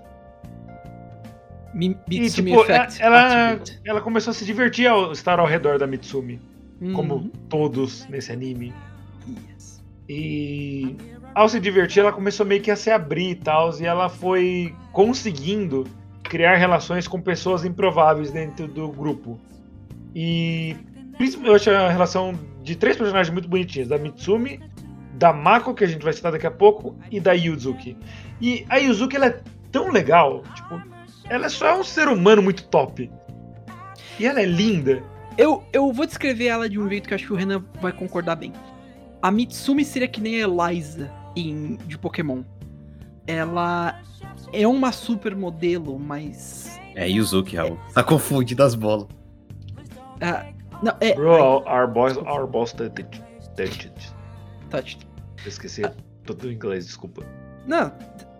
E tipo, ela começou a se divertir ao estar ao redor da Mitsumi. Como todos nesse anime. Yes. E ao se divertir, ela começou meio que a se abrir e tal. E ela foi conseguindo criar relações com pessoas improváveis dentro do grupo. E eu acho a relação de 3 personagens muito bonitinhas: da Mitsumi, da Mako, que a gente vai citar daqui a pouco, e da Yuzuki. E a Yuzuki, ela é tão legal, tipo, ela só é um ser humano muito top. E ela é linda. Eu vou descrever ela de um jeito que eu acho que o Renan vai concordar bem. A Mitsumi seria que nem a Eliza de Pokémon. Ela é uma super modelo, mas... É Yuzuki, Raul. Tá confundindo as bolas. Não, Bro, our boss touched. Touched. Eu esqueci todo o inglês, desculpa. Não.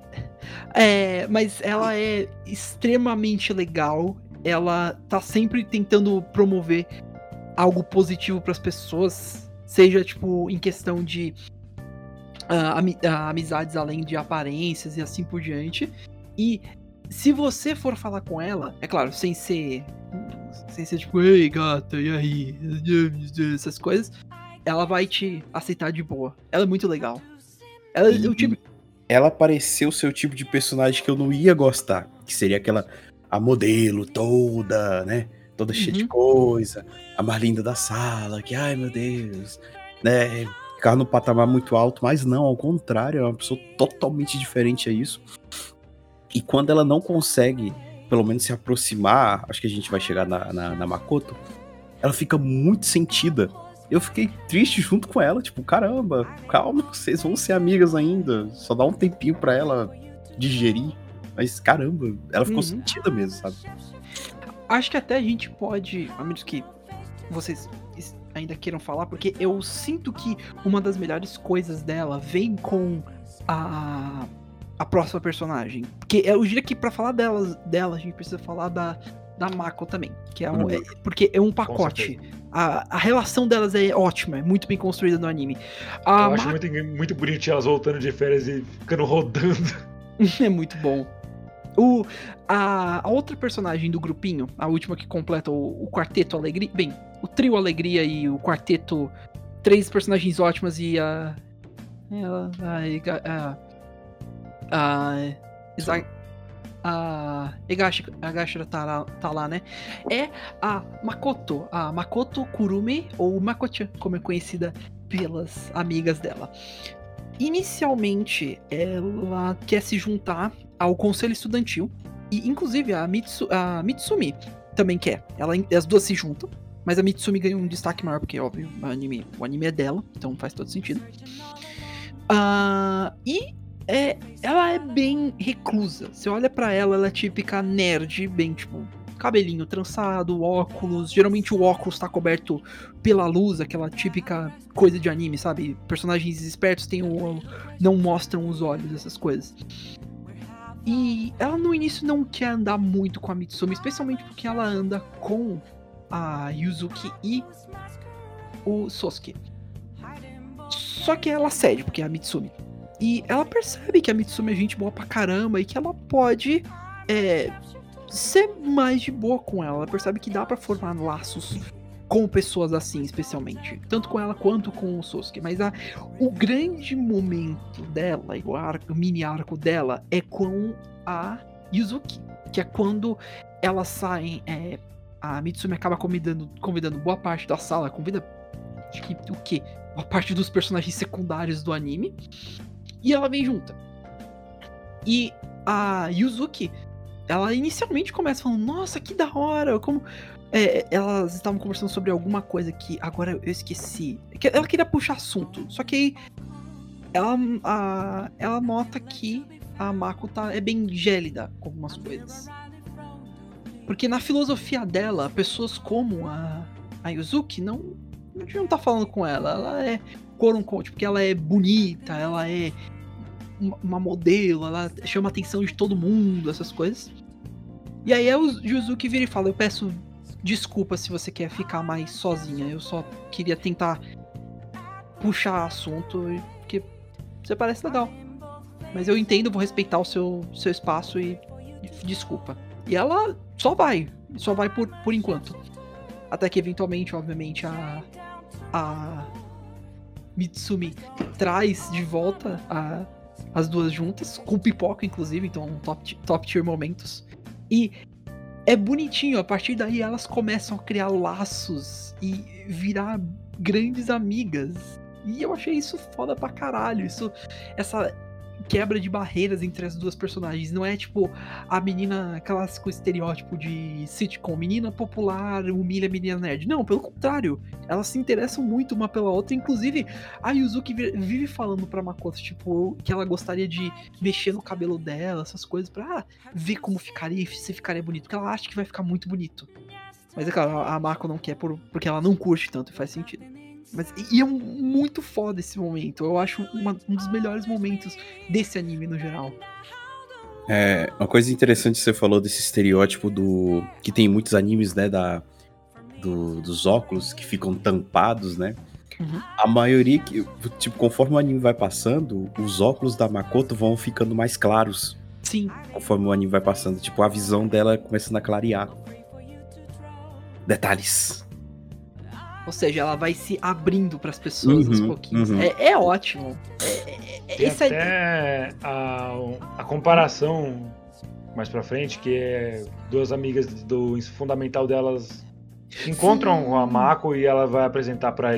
Mas ela é extremamente legal. Ela tá sempre tentando promover algo positivo pras pessoas. Seja, tipo, em questão de amizades além de aparências e assim por diante. E se você for falar com ela, é claro, sem ser tipo, ei gata, e aí? Essas coisas, ela vai te aceitar de boa. Ela é muito legal. Ela é o tipo... Ela pareceu ser o tipo de personagem que eu não ia gostar. Que seria a modelo toda, né? Toda cheia de coisa. A mais linda da sala. Que, ai meu Deus. Né? Ficar no patamar muito alto. Mas não, ao contrário. É uma pessoa totalmente diferente a isso. E quando ela não consegue, pelo menos, se aproximar. Acho que a gente vai chegar na Makoto. Ela fica muito sentida. Eu fiquei triste junto com ela, tipo, caramba, calma, vocês vão ser amigas ainda, só dá um tempinho pra ela digerir, mas caramba, ela ficou sentida mesmo, sabe? Acho que até a gente pode, a menos que vocês ainda queiram falar, porque eu sinto que uma das melhores coisas dela vem com a próxima personagem, porque eu diria que pra falar dela a gente precisa falar da Mako também, que é porque é um pacote. A relação delas é ótima, é muito bem construída no anime. Eu acho muito bonitinho elas voltando de férias e ficando rodando. É muito bom. A outra personagem do grupinho, a última que completa o quarteto Alegria, bem, o trio Alegria e o quarteto, 3 personagens ótimas e a Egashira tá lá, né? É a Makoto Kurume, ou Mako-chan, como é conhecida pelas amigas dela. Inicialmente, ela quer se juntar ao conselho estudantil, e inclusive a Mitsumi também quer. As duas se juntam, Mas a Mitsumi ganha um destaque maior, porque, óbvio, o anime é dela, então faz todo sentido. Ela é bem reclusa. Você olha pra ela, ela é típica nerd, bem, tipo, cabelinho trançado, óculos. Geralmente o óculos tá coberto pela luz, aquela típica coisa de anime, sabe? Personagens espertos não mostram os olhos, essas coisas. E ela no início não quer andar muito com a Mitsumi, especialmente porque ela anda com a Yuzuki e o Sosuke. Só que ela cede, porque é a Mitsumi. E ela percebe que a Mitsumi é gente boa pra caramba e que ela pode ser mais de boa com ela. Ela percebe que dá pra formar laços com pessoas assim, especialmente. Tanto com ela quanto com o Sosuke. Mas o grande momento dela, o mini arco dela, é com a Yuzuki. Que é quando elas saem... a Mitsumi acaba convidando boa parte da sala. Convida... Acho que o quê? Boa parte dos personagens secundários do anime. E ela vem junta. E a Yuzuki, ela inicialmente começa falando, nossa, que da hora, como... elas estavam conversando sobre alguma coisa que agora eu esqueci. Ela queria puxar assunto, só que aí ela nota que a Mako é bem gélida com algumas coisas. Porque na filosofia dela, pessoas como a Yuzuki não tá falando com ela. Ela é quote-unquote, porque ela é bonita, ela é uma modelo, ela chama a atenção de todo mundo, essas coisas. E aí o Yuzuki vira e fala, eu peço desculpa se você quer ficar mais sozinha, eu só queria tentar puxar assunto, porque você parece legal. Mas eu entendo, vou respeitar o seu espaço e desculpa. E ela só vai por enquanto. Até que eventualmente, obviamente, a Mitsumi traz de volta as duas juntas, com pipoca inclusive, então top tier momentos. E é bonitinho, a partir daí elas começam a criar laços e virar grandes amigas. E eu achei isso foda pra caralho, essa quebra de barreiras entre as duas personagens. Não é tipo a menina clássico estereótipo de sitcom, menina popular humilha a menina nerd. Não, pelo contrário, elas se interessam muito uma pela outra. Inclusive a Yuzuki vive falando pra Makoto, tipo, que ela gostaria de mexer no cabelo dela, essas coisas, pra ver como ficaria, se ficaria bonito, porque ela acha que vai ficar muito bonito. Mas é claro, a Mako não quer porque ela não curte tanto, e faz sentido. Mas é muito foda esse momento. Eu acho um dos melhores momentos desse anime no geral. Uma coisa interessante que você falou desse estereótipo que tem muitos animes, né, dos óculos que ficam tampados, né? Uhum. A maioria, tipo, conforme o anime vai passando, os óculos da Makoto vão ficando mais claros. Sim. Conforme o anime vai passando, tipo, a visão dela começando a clarear. Detalhes. Ou seja, ela vai se abrindo pras pessoas aos pouquinhos. É ótimo. Tem até a comparação mais pra frente, que é duas amigas do ensino fundamental delas se encontram com a Mako e ela vai apresentar pra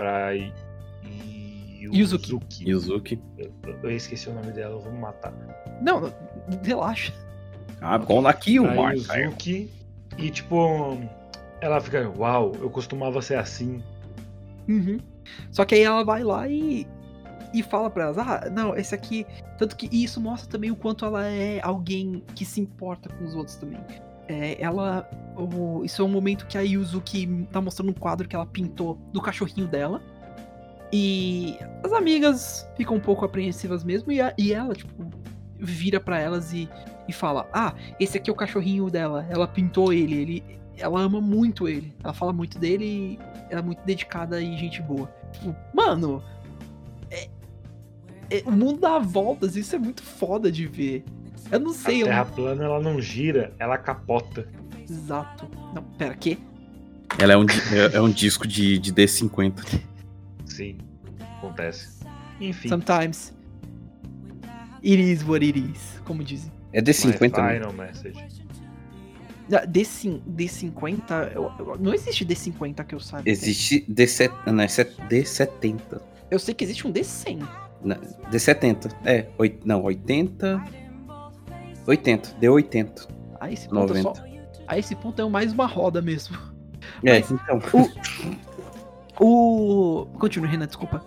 Yuzuki. Eu esqueci o nome dela, eu vou me matar. Não, relaxa. Bom aqui o Yuzuki. E tipo... Ela fica, uau, eu costumava ser assim. Uhum. Só que aí ela vai lá e fala pra elas, não, esse aqui... Tanto que isso mostra também o quanto ela é alguém que se importa com os outros também. Isso é um momento que a Yuzuki tá mostrando um quadro que ela pintou do cachorrinho dela. E as amigas ficam um pouco apreensivas mesmo. E ela, tipo, vira pra elas e fala, esse aqui é o cachorrinho dela. Ela pintou ele. Ela ama muito ele. Ela fala muito dele e ela é muito dedicada e gente boa. Tipo, mano, o mundo dá voltas, isso é muito foda de ver. Eu não sei. A Terra plana, ela não gira, ela capota. Exato. Não, pera, quê? Ela é um disco de D50. Sim, acontece. Enfim. Sometimes it is what it is, como dizem. É D50, né? Final message. D50? Não existe D50 que eu saiba. Existe D70. Eu sei que existe um D100. D70. 80. 80. D80. A esse ponto é mais uma roda mesmo. Mas então. Continue, Renan, desculpa.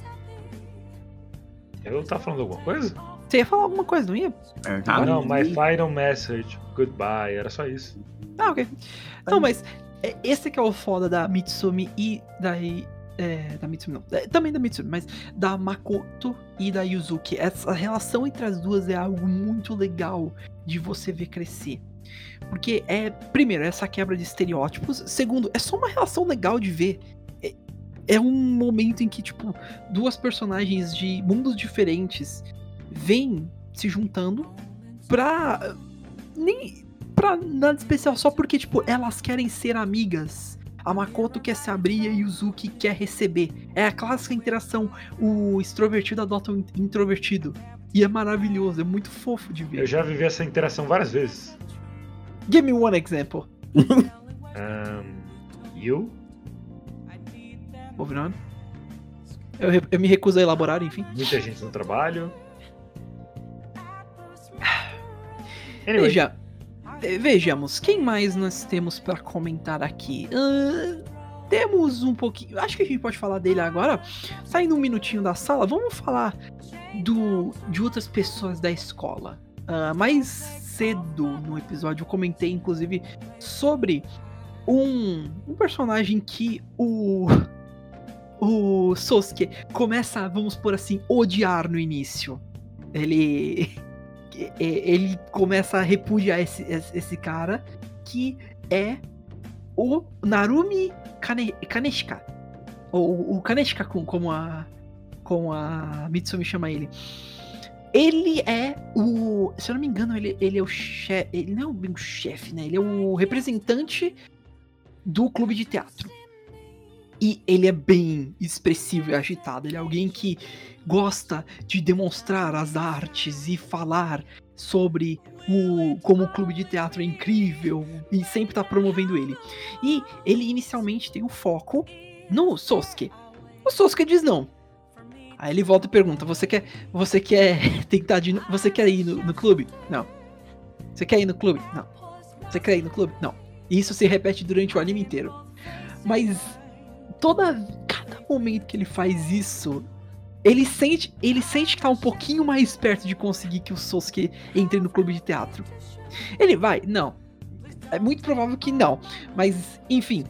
Eu tava falando alguma coisa? Você ia falar alguma coisa, não ia? Não, my final message, goodbye, era só isso. Ah, ok. Não, mas esse que é o foda da Mitsumi e da Mitsumi não. Também da Mitsumi, mas da Makoto e da Yuzuki. Essa relação entre as duas é algo muito legal de você ver crescer. Porque primeiro, essa quebra de estereótipos. Segundo, é só uma relação legal de ver. É um momento em que, tipo, duas personagens de mundos diferentes vêm se juntando pra nada especial, só porque, tipo, elas querem ser amigas. A Makoto quer se abrir e a Yuzuki quer receber. É a clássica interação, o extrovertido adota o introvertido. E é maravilhoso, é muito fofo de ver. Eu já vivi essa interação várias vezes. Give me one example. You? Moving on. Eu me recuso a elaborar, enfim. Muita gente no trabalho. Anyway. Vejamos, quem mais nós temos pra comentar aqui? Temos um pouquinho. Acho que a gente pode falar dele agora. Saindo um minutinho da sala, vamos falar de outras pessoas da escola. Mais cedo no episódio eu comentei, inclusive, sobre um personagem que o Sosuke começa, vamos por assim, odiar no início. Ele começa a repudiar esse cara, que é o Narumi Kaneshika. Ou o Kaneshika-kun, como a Mitsumi chama ele. Ele é o... Se eu não me engano, ele é o chefe... Ele não é o chefe, né? Ele é o representante do clube de teatro. E ele é bem expressivo e agitado. Ele é alguém que gosta de demonstrar as artes e falar sobre como o clube de teatro é incrível e sempre tá promovendo ele. E ele inicialmente tem um foco no Sosuke. O Sosuke diz não. Aí ele volta e pergunta: Você quer tentar você quer ir no clube? Não. Você quer ir no clube? Não. Você quer ir no clube? Não. E isso se repete durante o anime inteiro. Mas cada momento que ele faz isso, ele sente que tá um pouquinho mais perto de conseguir que o Sosuke entre no clube de teatro. Ele vai? Não. É muito provável que não. Mas, enfim.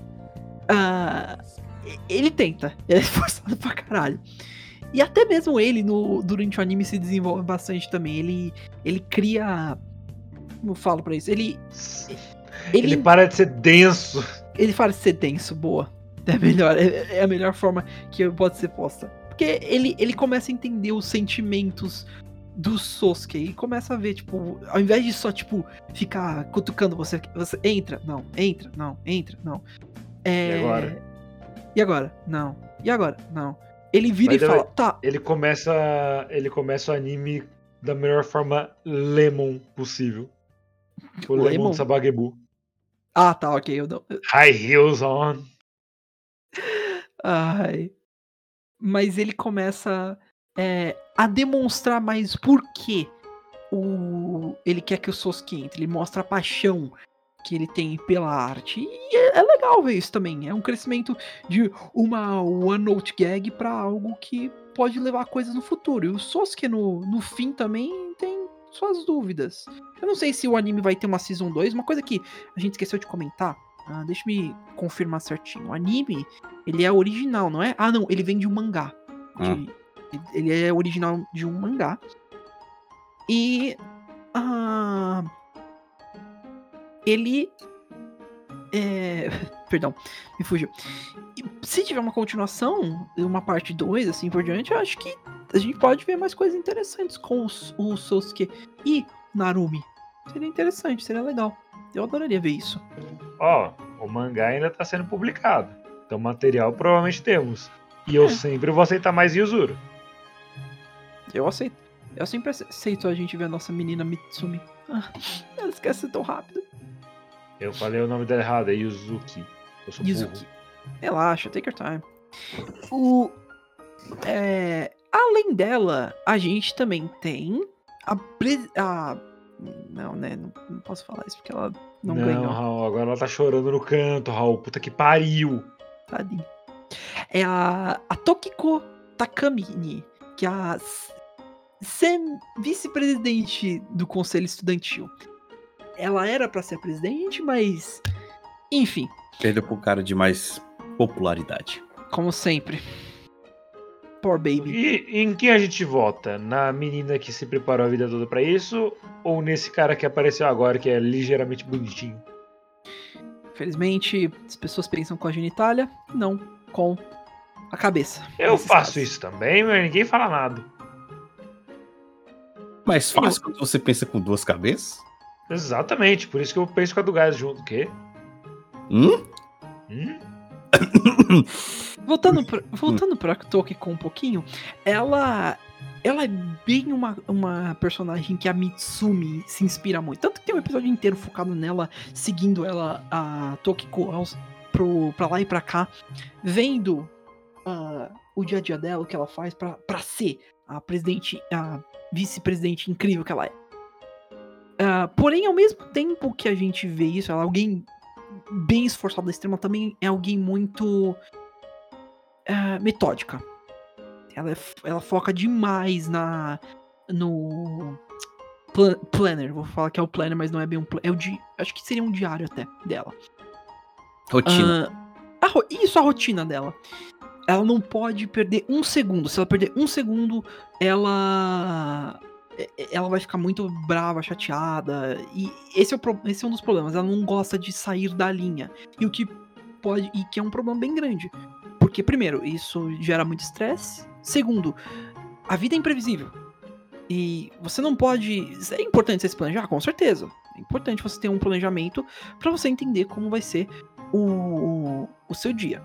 Ele tenta. Ele é esforçado pra caralho. E até mesmo ele, durante o anime, se desenvolve bastante também. Ele cria... Como eu falo pra isso? Ele para de ser denso. Ele para de ser denso, boa. É a melhor forma que pode ser posta. Porque ele começa a entender os sentimentos do Sosuke e começa a ver, tipo, ao invés de só, tipo, ficar cutucando você entra, não, entra, não. E agora? Não. E agora? Não. Ele vira e fala, tá. Ele começa o anime da melhor forma Lemon possível. O Lemon Sabagebu. Ah, tá, ok. High heels on. Ai. Mas ele começa a demonstrar mais por que ele quer que o Sosuke entre. Ele mostra a paixão que ele tem pela arte. E é legal ver isso também. É um crescimento de uma one-note gag pra algo que pode levar a coisas no futuro. E o Sosuke no fim também tem suas dúvidas. Eu não sei se o anime vai ter uma Season 2. Uma coisa que a gente esqueceu de comentar. Deixa eu me confirmar certinho. O anime, ele é original, não é? Não, ele vem de um mangá. Ele é original de um mangá. E... ele... Perdão, me fugiu. E se tiver uma continuação, uma parte 2, assim por diante, eu acho que a gente pode ver mais coisas interessantes com o Sosuke e Narumi. Seria interessante, seria legal. Eu adoraria ver isso. O mangá ainda tá sendo publicado. Então material provavelmente temos. E eu sempre vou aceitar mais Yuzuru. Eu aceito. Eu sempre aceito a gente ver a nossa menina Mitsumi. Ela esquece tão rápido. Eu falei o nome dela errado, é Yuzuki. Eu sou Yuzuki. Relaxa, take your time. Além dela, a gente também tem não, né? Não posso falar isso porque ela Não ganhou. Raul, agora ela tá chorando no canto, Raul. Puta que pariu. Tadinho. É a Tokiko Takamine, que é a vice-presidente do conselho estudantil. Ela era pra ser a presidente, mas... Enfim. Perdeu pro cara de mais popularidade. Como sempre. Poor baby. E em quem a gente vota? Na menina que se preparou a vida toda pra isso? Ou nesse cara que apareceu agora, que é ligeiramente bonitinho? Felizmente, as pessoas pensam com a genitália, não com a cabeça. Eu nesses faço casos. isso também, mas ninguém fala nada. Mais fácil quando você pensa com duas cabeças? Exatamente, por isso que eu penso com a do gás junto. O quê? Hum? Voltando pra Tokiko um pouquinho, ela é bem uma personagem que a Mitsumi se inspira muito. Tanto que tem um episódio inteiro focado nela, seguindo ela, a Tokiko, pra lá e pra cá, vendo o dia a dia dela, o que ela faz pra ser a vice-presidente incrível que ela é. Porém, ao mesmo tempo que a gente vê isso, ela é alguém bem esforçada, extrema, também é alguém muito metódica. Ela foca demais no planner. Vou falar que é o planner, mas não é bem um planner. Acho que seria um diário até dela. Rotina. Isso, a rotina dela. Ela não pode perder um segundo. Se ela perder um segundo, ela vai ficar muito brava, chateada. E esse é um dos problemas. Ela não gosta de sair da linha. E que é um problema bem grande. Porque, primeiro, isso gera muito estresse. Segundo, a vida é imprevisível. E você não pode... É importante você se planejar? Com certeza. É importante você ter um planejamento pra você entender como vai ser o seu dia.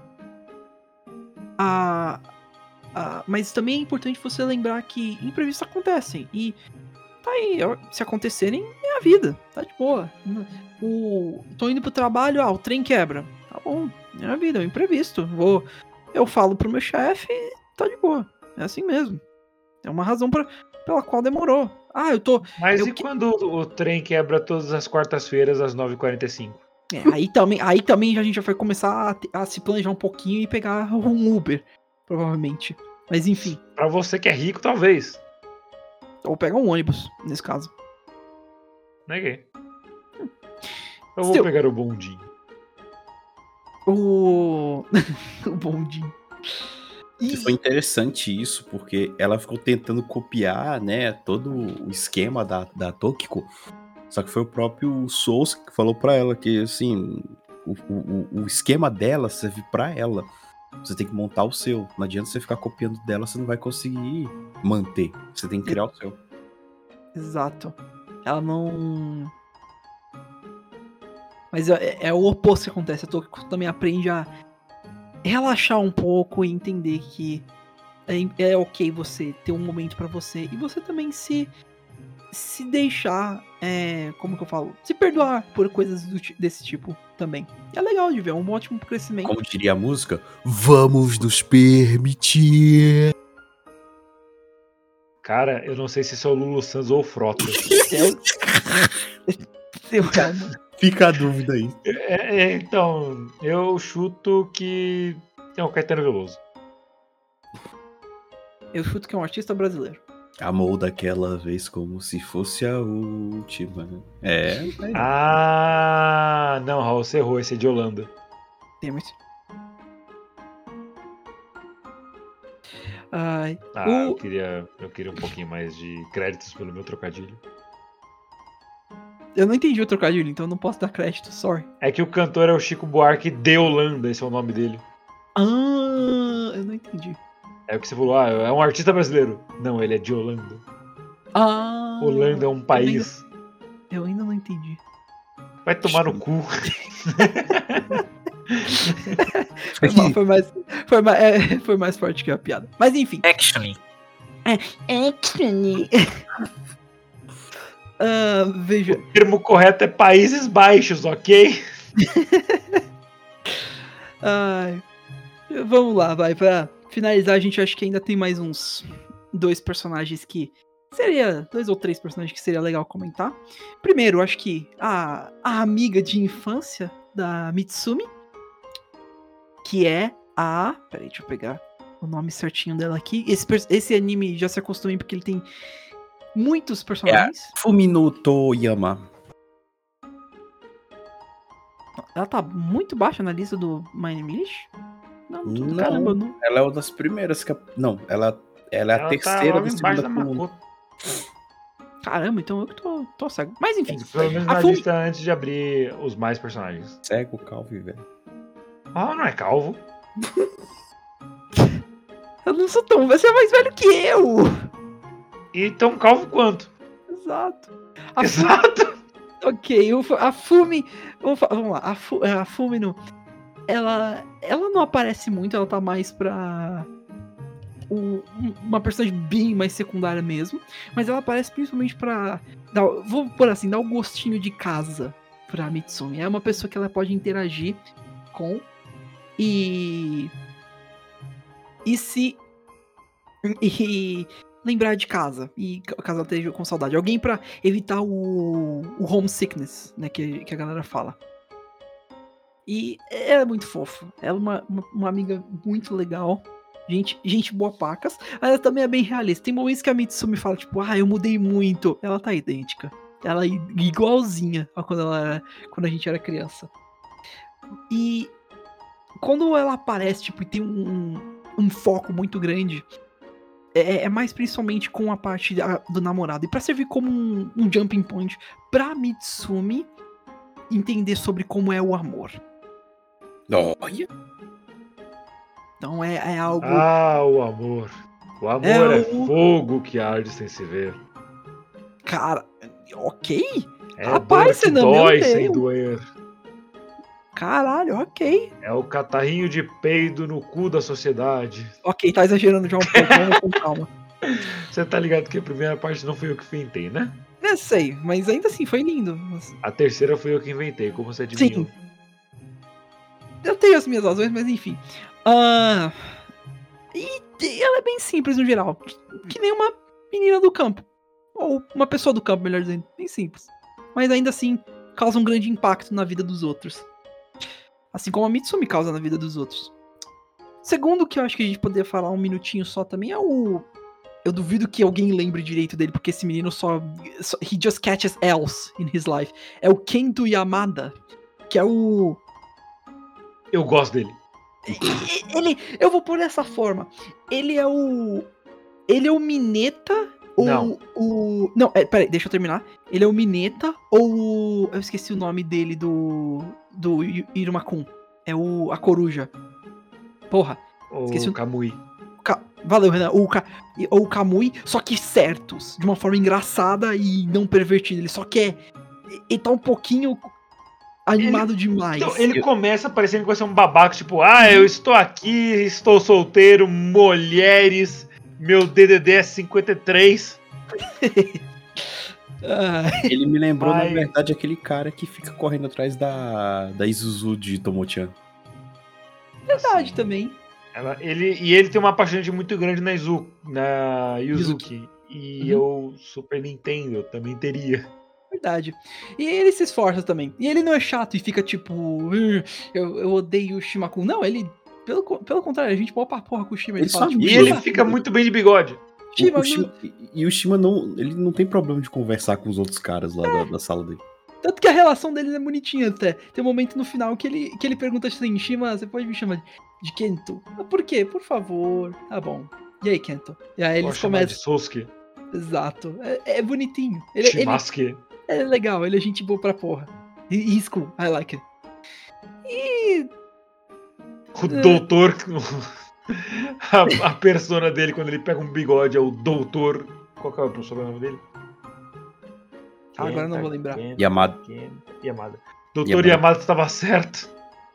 Mas também é importante você lembrar que imprevistos acontecem. E tá aí, se acontecerem, é a vida. Tá de boa. Tô indo pro trabalho, o trem quebra. Tá bom, é a vida, é um imprevisto. Eu falo pro meu chefe, tá de boa. É assim mesmo. É uma razão pela qual demorou. Mas quando o trem quebra todas as quartas-feiras às 9h45? Aí também a gente já vai começar a se planejar um pouquinho e pegar um Uber, provavelmente. Mas enfim. Pra você que é rico, talvez. Ou pegar um ônibus, nesse caso. Neguei. Eu vou pegar o bondinho. O bondinho. E foi interessante isso, porque ela ficou tentando copiar, né, todo o esquema da Tokiko. Só que foi o próprio Souza que falou pra ela que, assim, o esquema dela serve pra ela. Você tem que montar o seu. Não adianta você ficar copiando dela, você não vai conseguir manter. Você tem que criar o seu. Exato. Ela não... Mas é o oposto que acontece. A Tokiko também aprende a relaxar um pouco e entender que é ok você ter um momento pra você. E você também se deixar, como que eu falo? Se perdoar por coisas desse tipo também. É legal de ver, é um ótimo crescimento. Como diria a música, vamos nos permitir. Cara, eu não sei se isso é o Lulu Santos ou o Frota. Fica a dúvida aí. Então, eu chuto que é o Caetano Veloso. Eu chuto que é um artista brasileiro. Amou daquela vez como se fosse a última. Não, Raul, você errou, esse é de Holanda. Temos. Eu queria um pouquinho mais de créditos pelo meu trocadilho. Eu não entendi o trocadilho, então eu não posso dar crédito, sorry. É que o cantor é o Chico Buarque de Holanda, esse é o nome dele. Eu não entendi. É o que você falou, é um artista brasileiro. Não, ele é de Holanda. Holanda é um país. Eu ainda não entendi. Vai tomar no cu. Foi mais forte que a piada. Mas enfim. Actually. Veja. O termo correto é Países Baixos, ok? Vamos lá, vai. Pra finalizar, a gente acha que ainda tem mais uns 2 personagens que seria 2 ou 3 personagens que seria legal comentar. Primeiro, acho que a amiga de infância da Mitsumi, que é a... Peraí, deixa eu pegar o nome certinho dela aqui. Esse anime já se acostumei porque ele tem muitos personagens. Fumino Toyama. Ela tá muito baixa na lista do My English? Não, caramba, não. Ela é uma das primeiras que... Não, ela é a terceira tá da embaixo segunda da coluna. Makoto. Caramba, então eu que tô cego. Mas enfim. Pelo menos A na Fumi- lista antes de abrir os mais personagens. Cego, calvo, velho. Ah, não é calvo. Eu não sou tão... Você é mais velho que eu! E tão calvo quanto? Exato. Exato. Ok, a Fumi... Vamos lá. A Fumino... Ela não aparece muito, ela tá mais pra... uma personagem bem mais secundária mesmo. Mas ela aparece principalmente pra... Vou por assim, dar o gostinho de casa pra Mitsumi. É uma pessoa que ela pode interagir com... E lembrar de casa. E caso ela esteja com saudade. Alguém pra evitar o homesickness, né? Que a galera fala. E ela é muito fofa. Ela é uma amiga muito legal. Gente boa pacas. Mas ela também é bem realista. Tem momentos que a Mitsumi fala, tipo, eu mudei muito. Ela tá idêntica. Ela é igualzinha a quando a gente era criança. E quando ela aparece, tipo, e tem um foco muito grande, é mais principalmente com a parte do namorado. E pra servir como um jumping point pra Mitsumi entender sobre como é o amor. Olha. Então é algo... Ah, o amor. O amor é fogo que arde sem se ver. Cara, ok. É Rapaz, dor você que não dói me sem deu. doer. Caralho, ok. É o catarrinho de peido no cu da sociedade. Ok, tá exagerando já um pouco, vamos com calma. Você tá ligado que a primeira parte não fui eu que inventei, né? Eu sei, mas ainda assim, foi lindo. A terceira fui eu que inventei, como você adivinhou. Sim. Eu tenho as minhas razões, mas enfim. E ela é bem simples no geral. Que nem uma menina do campo. Ou uma pessoa do campo, melhor dizendo. Bem simples. Mas ainda assim, causa um grande impacto na vida dos outros. Assim como a Mitsumi causa na vida dos outros. Segundo que eu acho que a gente poderia falar um minutinho só também é o... Eu duvido que alguém lembre direito dele, porque esse menino he just catches L's in his life. É o Kento Yamada, que é o... Eu gosto dele. Eu vou pôr dessa forma. Ele é o Mineta ou o... Não, peraí, deixa eu terminar. Ele é o Mineta ou eu esqueci o nome dele do Irumakun. É a coruja. Porra. O Kamui. Valeu, Renan. Ou o Kamui, só que certos. De uma forma engraçada e não pervertida. Ele só quer... Ele tá um pouquinho... animado demais. Então, ele começa parecendo que vai ser um babaca, tipo, eu estou aqui, estou solteiro, mulheres, meu DDD é 53. Ele me lembrou, na verdade, aquele cara que fica correndo atrás da Isuzu de Tomo-chan. Verdade, assim, também. Ele tem uma paixão muito grande na Yuzuki. E eu, Super Nintendo, também teria. Verdade. E ele se esforça também. E ele não é chato e fica tipo... Eu odeio o Shimakun. Não, ele... Pelo contrário, a gente pode pra porra com o Shima. Ele fala, tipo, e ele fica muito bem de bigode. E o Shima ele não tem problema de conversar com os outros caras lá da sala dele. Tanto que a relação deles é bonitinha até. Tem um momento no final que ele pergunta assim, Shima, você pode me chamar de Kento? Por quê? Por favor. Tá bom. E aí, Kento? E aí eles começam... de Sosuke. Exato. É bonitinho. Shimasuke. É legal, ele é gente boa pra porra. He's cool, I like it. E... O doutor... a persona dele, quando ele pega um bigode, é o doutor... Qual que é o sobrenome dele? Agora eu não vou lembrar. Yamada. Doutor Yamada estava certo.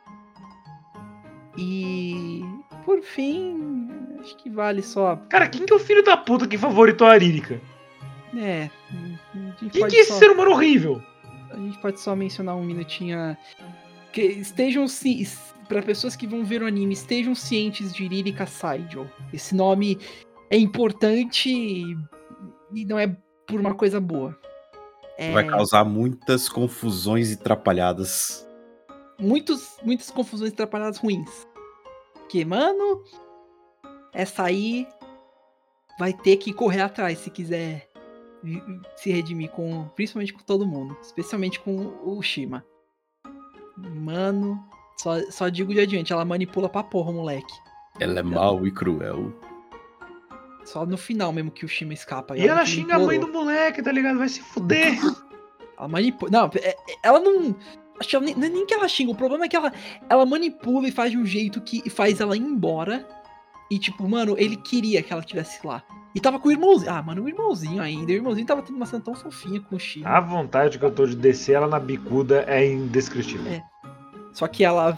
E... Por fim... Acho que vale só... Cara, quem que é o filho da puta que favoritou a Ririka? Quem que é esse ser humano horrível? A gente pode só mencionar um minutinho... Que estejam... Para pessoas que vão ver o anime, estejam cientes de Ririka Saijo. Esse nome é importante E não é por uma coisa boa. Vai causar muitas confusões e atrapalhadas. Muitas confusões e atrapalhadas ruins. Porque, mano, essa aí vai ter que correr atrás se quiser se redimir principalmente com todo mundo. Especialmente com o Shima. Mano, só digo de adiante, ela manipula pra porra o moleque. Ela é mau e cruel. Só no final mesmo que o Shima escapa. E ela xinga a mãe do moleque, tá ligado? Vai se fuder. Ela manipula. Não, ela não. Acho que ela não é nem que ela xinga. O problema é que ela manipula e faz de um jeito que faz ela ir embora. E tipo, mano, ele queria que ela estivesse lá. E tava com o irmãozinho. Ah, mano, o irmãozinho ainda. O irmãozinho tava tendo uma cena tão fofinha com o Shima. A vontade que eu tô de descer ela na bicuda é indescritível. Só que ela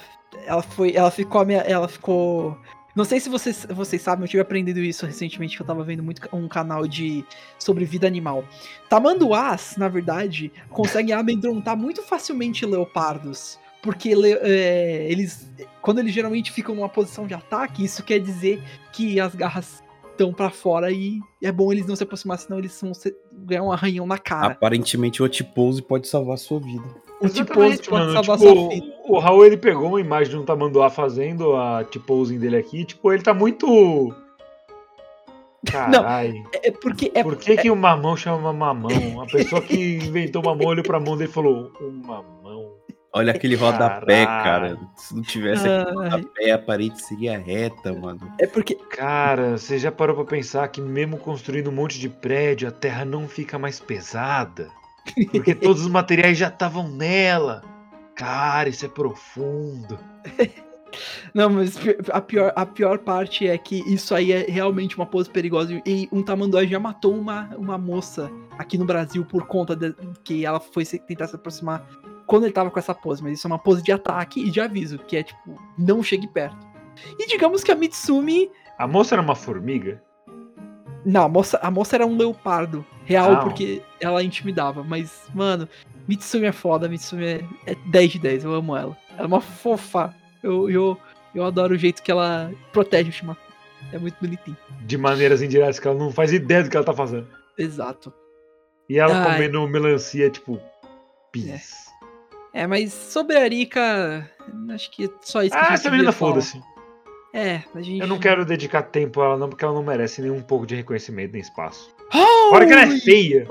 ficou. Não sei se vocês sabem, eu tive aprendido isso recentemente, que eu tava vendo muito um canal sobre vida animal. Tamanduás, na verdade, conseguem amedrontar muito facilmente leopardos. Porque quando eles geralmente ficam numa posição de ataque, isso quer dizer que as garras estão pra fora e é bom eles não se aproximar, senão eles vão ganhar um arranhão na cara. Aparentemente o T-Pose pode salvar a sua vida. O T-Pose pode salvar tipo, sua vida. O Raul, ele pegou uma imagem de um tamanduá fazendo a T-Posing dele aqui. Tipo, ele tá muito... Caralho. É porque... Por que o mamão chama mamão? A pessoa que inventou o mamão olhou pra mão dele e falou, um mamão. Olha aquele rodapé, Caralho. cara. Se não tivesse aquele rodapé, a parede seria reta, mano. É porque... Cara, você já parou pra pensar que mesmo construindo um monte de prédio, a terra não fica mais pesada? Porque todos os materiais já estavam nela. Cara, isso é profundo. Não, mas a pior parte é que isso aí é realmente uma pose perigosa. E um tamanduá já matou uma moça aqui no Brasil por conta que ela foi tentar se aproximar quando ele tava com essa pose. Mas isso é uma pose de ataque e de aviso, que é tipo, não chegue perto. E digamos que a Mitsumi... A moça era uma formiga? Não, a moça era um leopardo real, porque ela intimidava. Mas, mano, Mitsumi é foda, Mitsumi é 10 de 10, eu amo ela. Ela é uma fofa. Eu adoro o jeito que ela protege o Shimaku. É muito bonitinho. De maneiras indiretas, que ela não faz ideia do que ela tá fazendo. Exato. E ela comendo melancia, tipo, pis. Mas sobre a Rika, acho que só isso que a gente essa menina foda-se. A gente... Eu não quero dedicar tempo a ela não, porque ela não merece nem um pouco de reconhecimento nem espaço. Fora que ela é feia.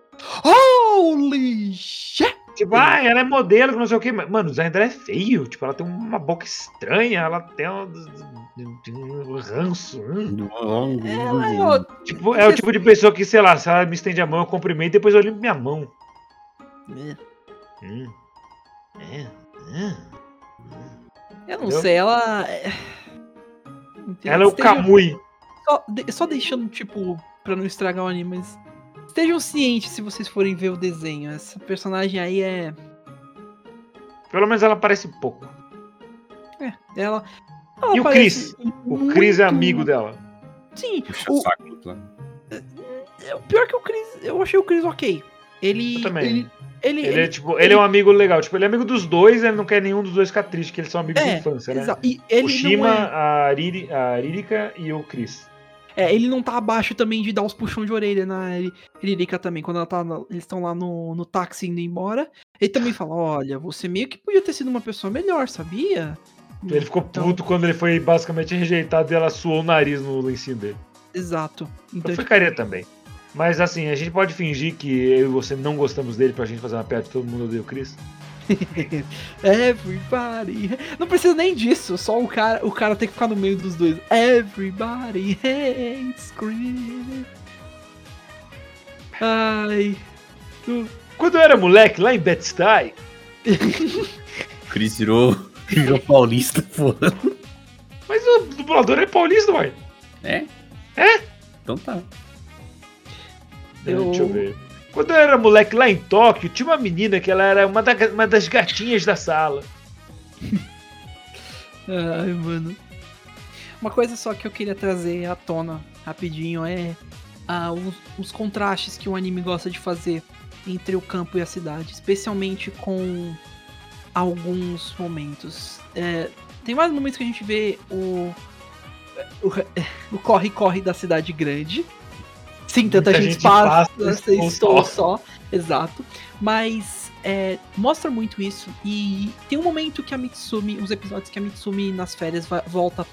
Holy shit! Tipo, ela é modelo, que não sei o que. Mano, o design dela é feio. Tipo, ela tem uma boca estranha, ela tem um ranço. Tipo, é o tipo de pessoa que, sei lá, se ela me estende a mão, eu cumprimento e depois eu limpo minha mão. Eu não sei, ela... Ela é o Kamui. Só deixando, tipo, pra não estragar o anime, mas... Estejam cientes se vocês forem ver o desenho. Essa personagem aí é... Pelo menos ela parece pouco. Ela e o Chris? O Chris é amigo dela. Sim. O pior que o Chris... Eu achei o Chris ok. Eu também. Ele é um amigo legal. Tipo, ele é amigo dos dois, ele não quer nenhum dos dois ficar triste, que eles são amigos de infância, né? E ele o Shima, a Ririka e o Chris. Ele não tá abaixo também de dar os puxões de orelha na Ririka também. Quando eles estão lá no táxi indo embora, ele também fala, olha, você meio que podia ter sido uma pessoa melhor, sabia? Ele ficou puto quando ele foi basicamente rejeitado e ela suou o nariz no lencinho dele. Exato. Então, eu ficaria também. Mas assim, a gente pode fingir que eu e você não gostamos dele pra gente fazer uma piada de todo mundo odeia o Chris? Everybody. Não precisa nem disso, só o cara tem que ficar no meio dos dois. Everybody hates Chris. Ai. Quando eu era moleque, lá em Bed-Stuy, Chris virou paulista, foda. Mas o dublador é paulista, ué. É? Então tá. Deixa eu ver. Quando eu era moleque lá em Tóquio, tinha uma menina que ela era uma das gatinhas da sala. Ai, mano. Uma coisa só que eu queria trazer à tona rapidinho é os contrastes que o anime gosta de fazer entre o campo e a cidade, especialmente com alguns momentos. Tem vários momentos que a gente vê o corre-corre da cidade grande, Sim, tanta Muita gente gente passa, passa, você estou estou só. Exato. Mas mostra muito isso. E tem um momento que a Mitsumi, os episódios que a Mitsumi nas férias volta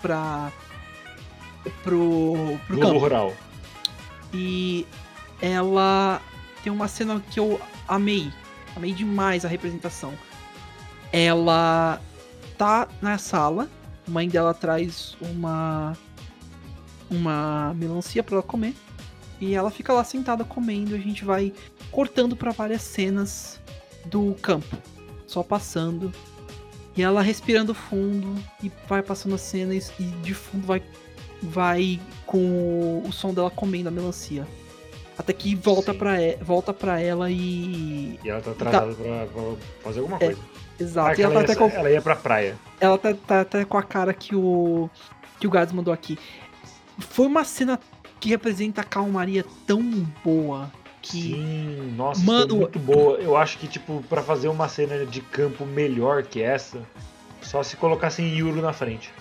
pro Globo campo. Rural. E ela tem uma cena que eu amei. Amei demais a representação. Ela tá na sala, a mãe dela traz uma melancia pra ela comer. E ela fica lá sentada comendo. A gente vai cortando pra várias cenas do campo, só passando. E ela respirando fundo e vai passando as cenas e de fundo vai com o som dela comendo a melancia. Até que volta pra ela e. E ela tá atrasada pra fazer alguma coisa. Exato. Ah, E ela, ela ia pra praia. ela tá até com a cara que o Gads mandou aqui. Foi uma cena que representa a calmaria tão boa que. Sim, nossa, Mano, foi muito boa. Eu acho que, tipo, pra fazer uma cena de campo melhor que essa, só se colocassem Yuru na frente.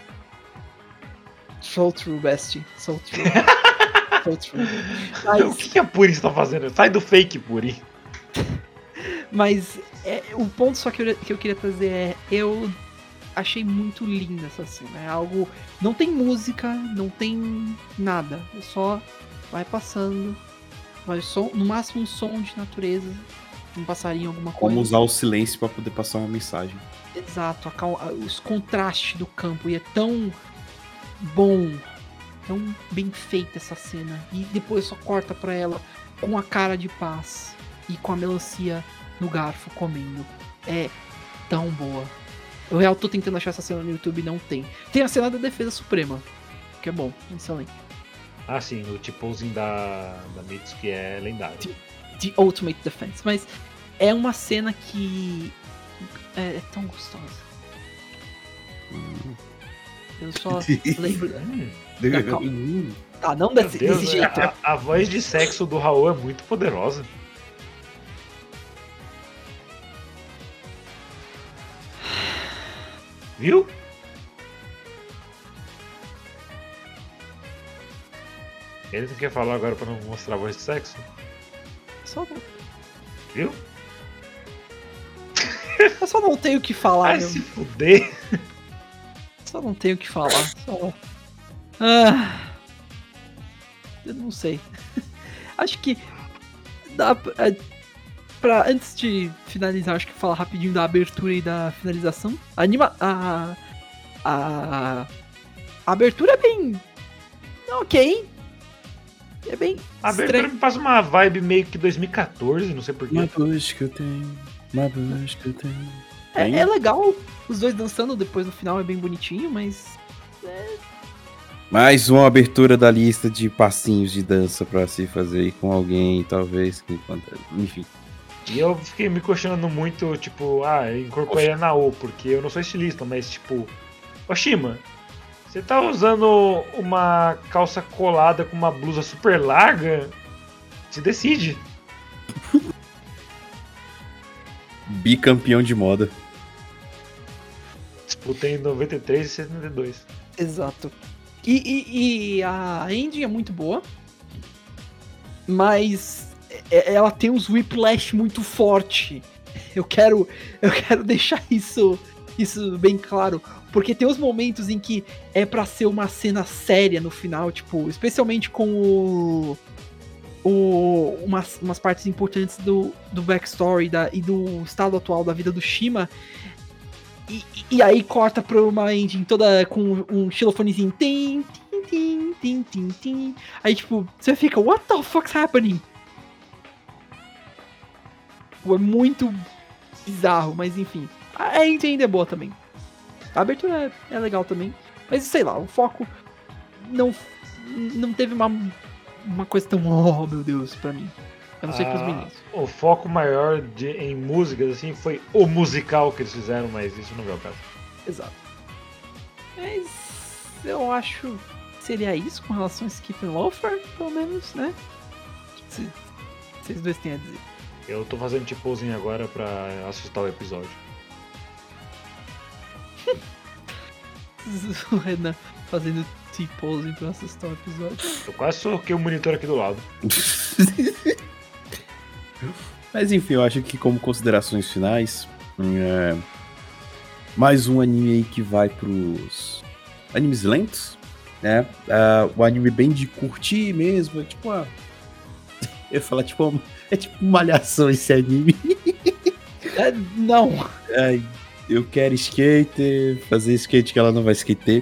So true, bestie. So true. So true. O que a Puri está fazendo? Sai do fake, Puri. Mas o ponto só que eu queria trazer eu achei muito linda essa cena. É algo. Não tem música, não tem nada. É só vai passando. Vai no máximo um som de natureza. Um passarinho, alguma coisa. Como usar o silêncio pra poder passar uma mensagem. Exato, os contrastes do campo. E é tão bom. Tão bem feita essa cena. E depois só corta pra ela com a cara de paz. E com a melancia no garfo comendo. É tão boa. Eu real tô tentando achar essa cena no YouTube e não tem. Tem a cena da Defesa Suprema. Que é bom, excelente. Ah, sim, o tipo-zinho da Mitsu, que é lendário. The Ultimate Defense. Mas é uma cena que é tão gostosa. Eu só lembro. Tá, não Meu desse Deus, jeito. a voz de sexo do Raul é muito poderosa. Viu? Ele não quer falar agora pra não mostrar a voz de sexo? Só não, Viu? eu só não tenho o que falar. Vai se fuder. Só não tenho o que falar. Só. Ah, eu não sei. Acho que dá pra antes de finalizar, acho que falar rapidinho da abertura e da finalização. A abertura é bem ok. É bem A abertura me passa uma vibe meio que 2014, não sei porquê. Uma voz que eu tenho. É legal os dois dançando depois no final, é bem bonitinho, mas Mais uma abertura da lista de passinhos de dança pra se fazer aí com alguém, talvez. Enfim. E eu fiquei me questionando muito, tipo, eu incorporei a Nao, porque eu não sou estilista, mas tipo, Oshima, você tá usando uma calça colada com uma blusa super larga? Se decide. Bicampeão de moda. Disputei em 93 e 72. exato. E a ending é muito boa, mas ela tem uns whiplash muito forte. Eu quero deixar isso bem claro, porque tem uns momentos em que é pra ser uma cena séria no final, tipo, especialmente com umas partes importantes do backstory e do estado atual da vida do Shima. E aí corta pra uma ending toda com um xilofonezinho. Tim, tim, tim, tim, tim, tim. Aí tipo, você fica, what the fuck's happening? É muito bizarro, mas enfim. A ending ainda é boa também. A abertura é legal também. Mas sei lá, o foco não teve uma coisa tão, oh meu Deus, pra mim. Eu não sei pros meninos. O foco maior em músicas, assim, foi o musical que eles fizeram, mas isso não é o caso. Exato. Mas eu acho que seria isso com relação a Skip and Loafer, pelo menos, né? O que vocês dois têm a dizer? Eu tô fazendo tipozinho agora pra assustar o episódio. O Renan fazendo T-pose pra assistir o episódio. Eu quase soquei o monitor aqui do lado. Mas enfim, eu acho que como considerações finais, mais um anime aí que vai pros animes lentos, né? O anime bem de curtir mesmo, é tipo eu ia falar é tipo malhação esse anime. Não. Eu quero skate, fazer skate que ela não vai skater,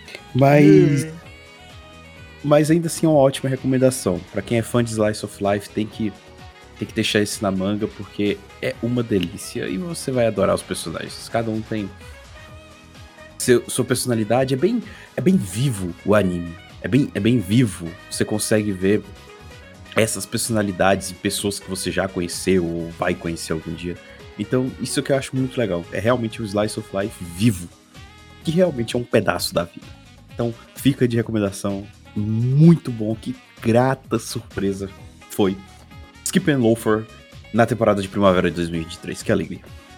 mas ainda assim é uma ótima recomendação. Pra quem é fã de Slice of Life, tem que deixar esse na manga, porque é uma delícia e você vai adorar os personagens. Cada um tem sua personalidade, é bem vivo o anime. É bem vivo. Você consegue ver essas personalidades em pessoas que você já conheceu ou vai conhecer algum dia. Então, isso que eu acho muito legal. É realmente um Slice of Life vivo, que realmente é um pedaço da vida. Então, fica de recomendação. Muito bom, que grata surpresa foi Skip and Loafer na temporada de primavera de 2023. Que alegria.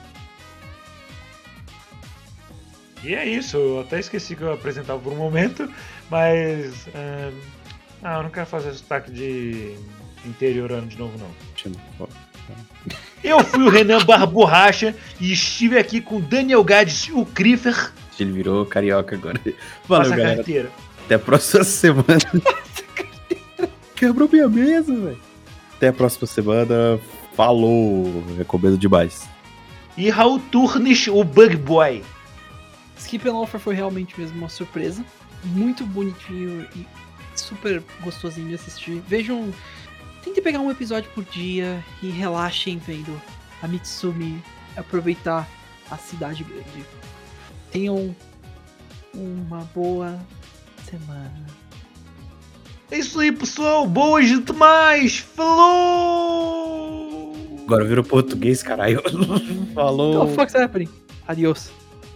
E é isso, eu até esqueci que eu apresentava por um momento, mas eu não quero fazer sotaque de interiorano de novo, não. Eu fui o Renan Barra Borracha e estive aqui com Daniel Gades, o Crifer. Ele virou carioca agora. Valeu, Passa a galera. carteira. Até a próxima semana. Quebrou minha mesa, velho. Até a próxima semana. Falou. Recomendo demais. E Raul Turnes, o Bug Boy. Skip and Loafer foi realmente mesmo uma surpresa. Muito bonitinho e super gostosinho de assistir. Vejam, tentem pegar um episódio por dia e relaxem vendo a Mitsumi aproveitar a cidade grande. Tenham uma boa semana. É isso aí, pessoal. Boas demais. Falou! Agora virou português, caralho. Falou. What the fuck's happening? Adiós.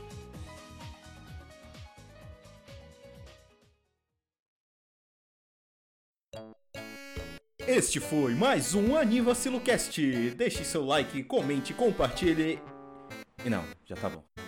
Este foi mais um AniVaciloCast. Deixe seu like, comente, compartilhe. E não, já tá bom.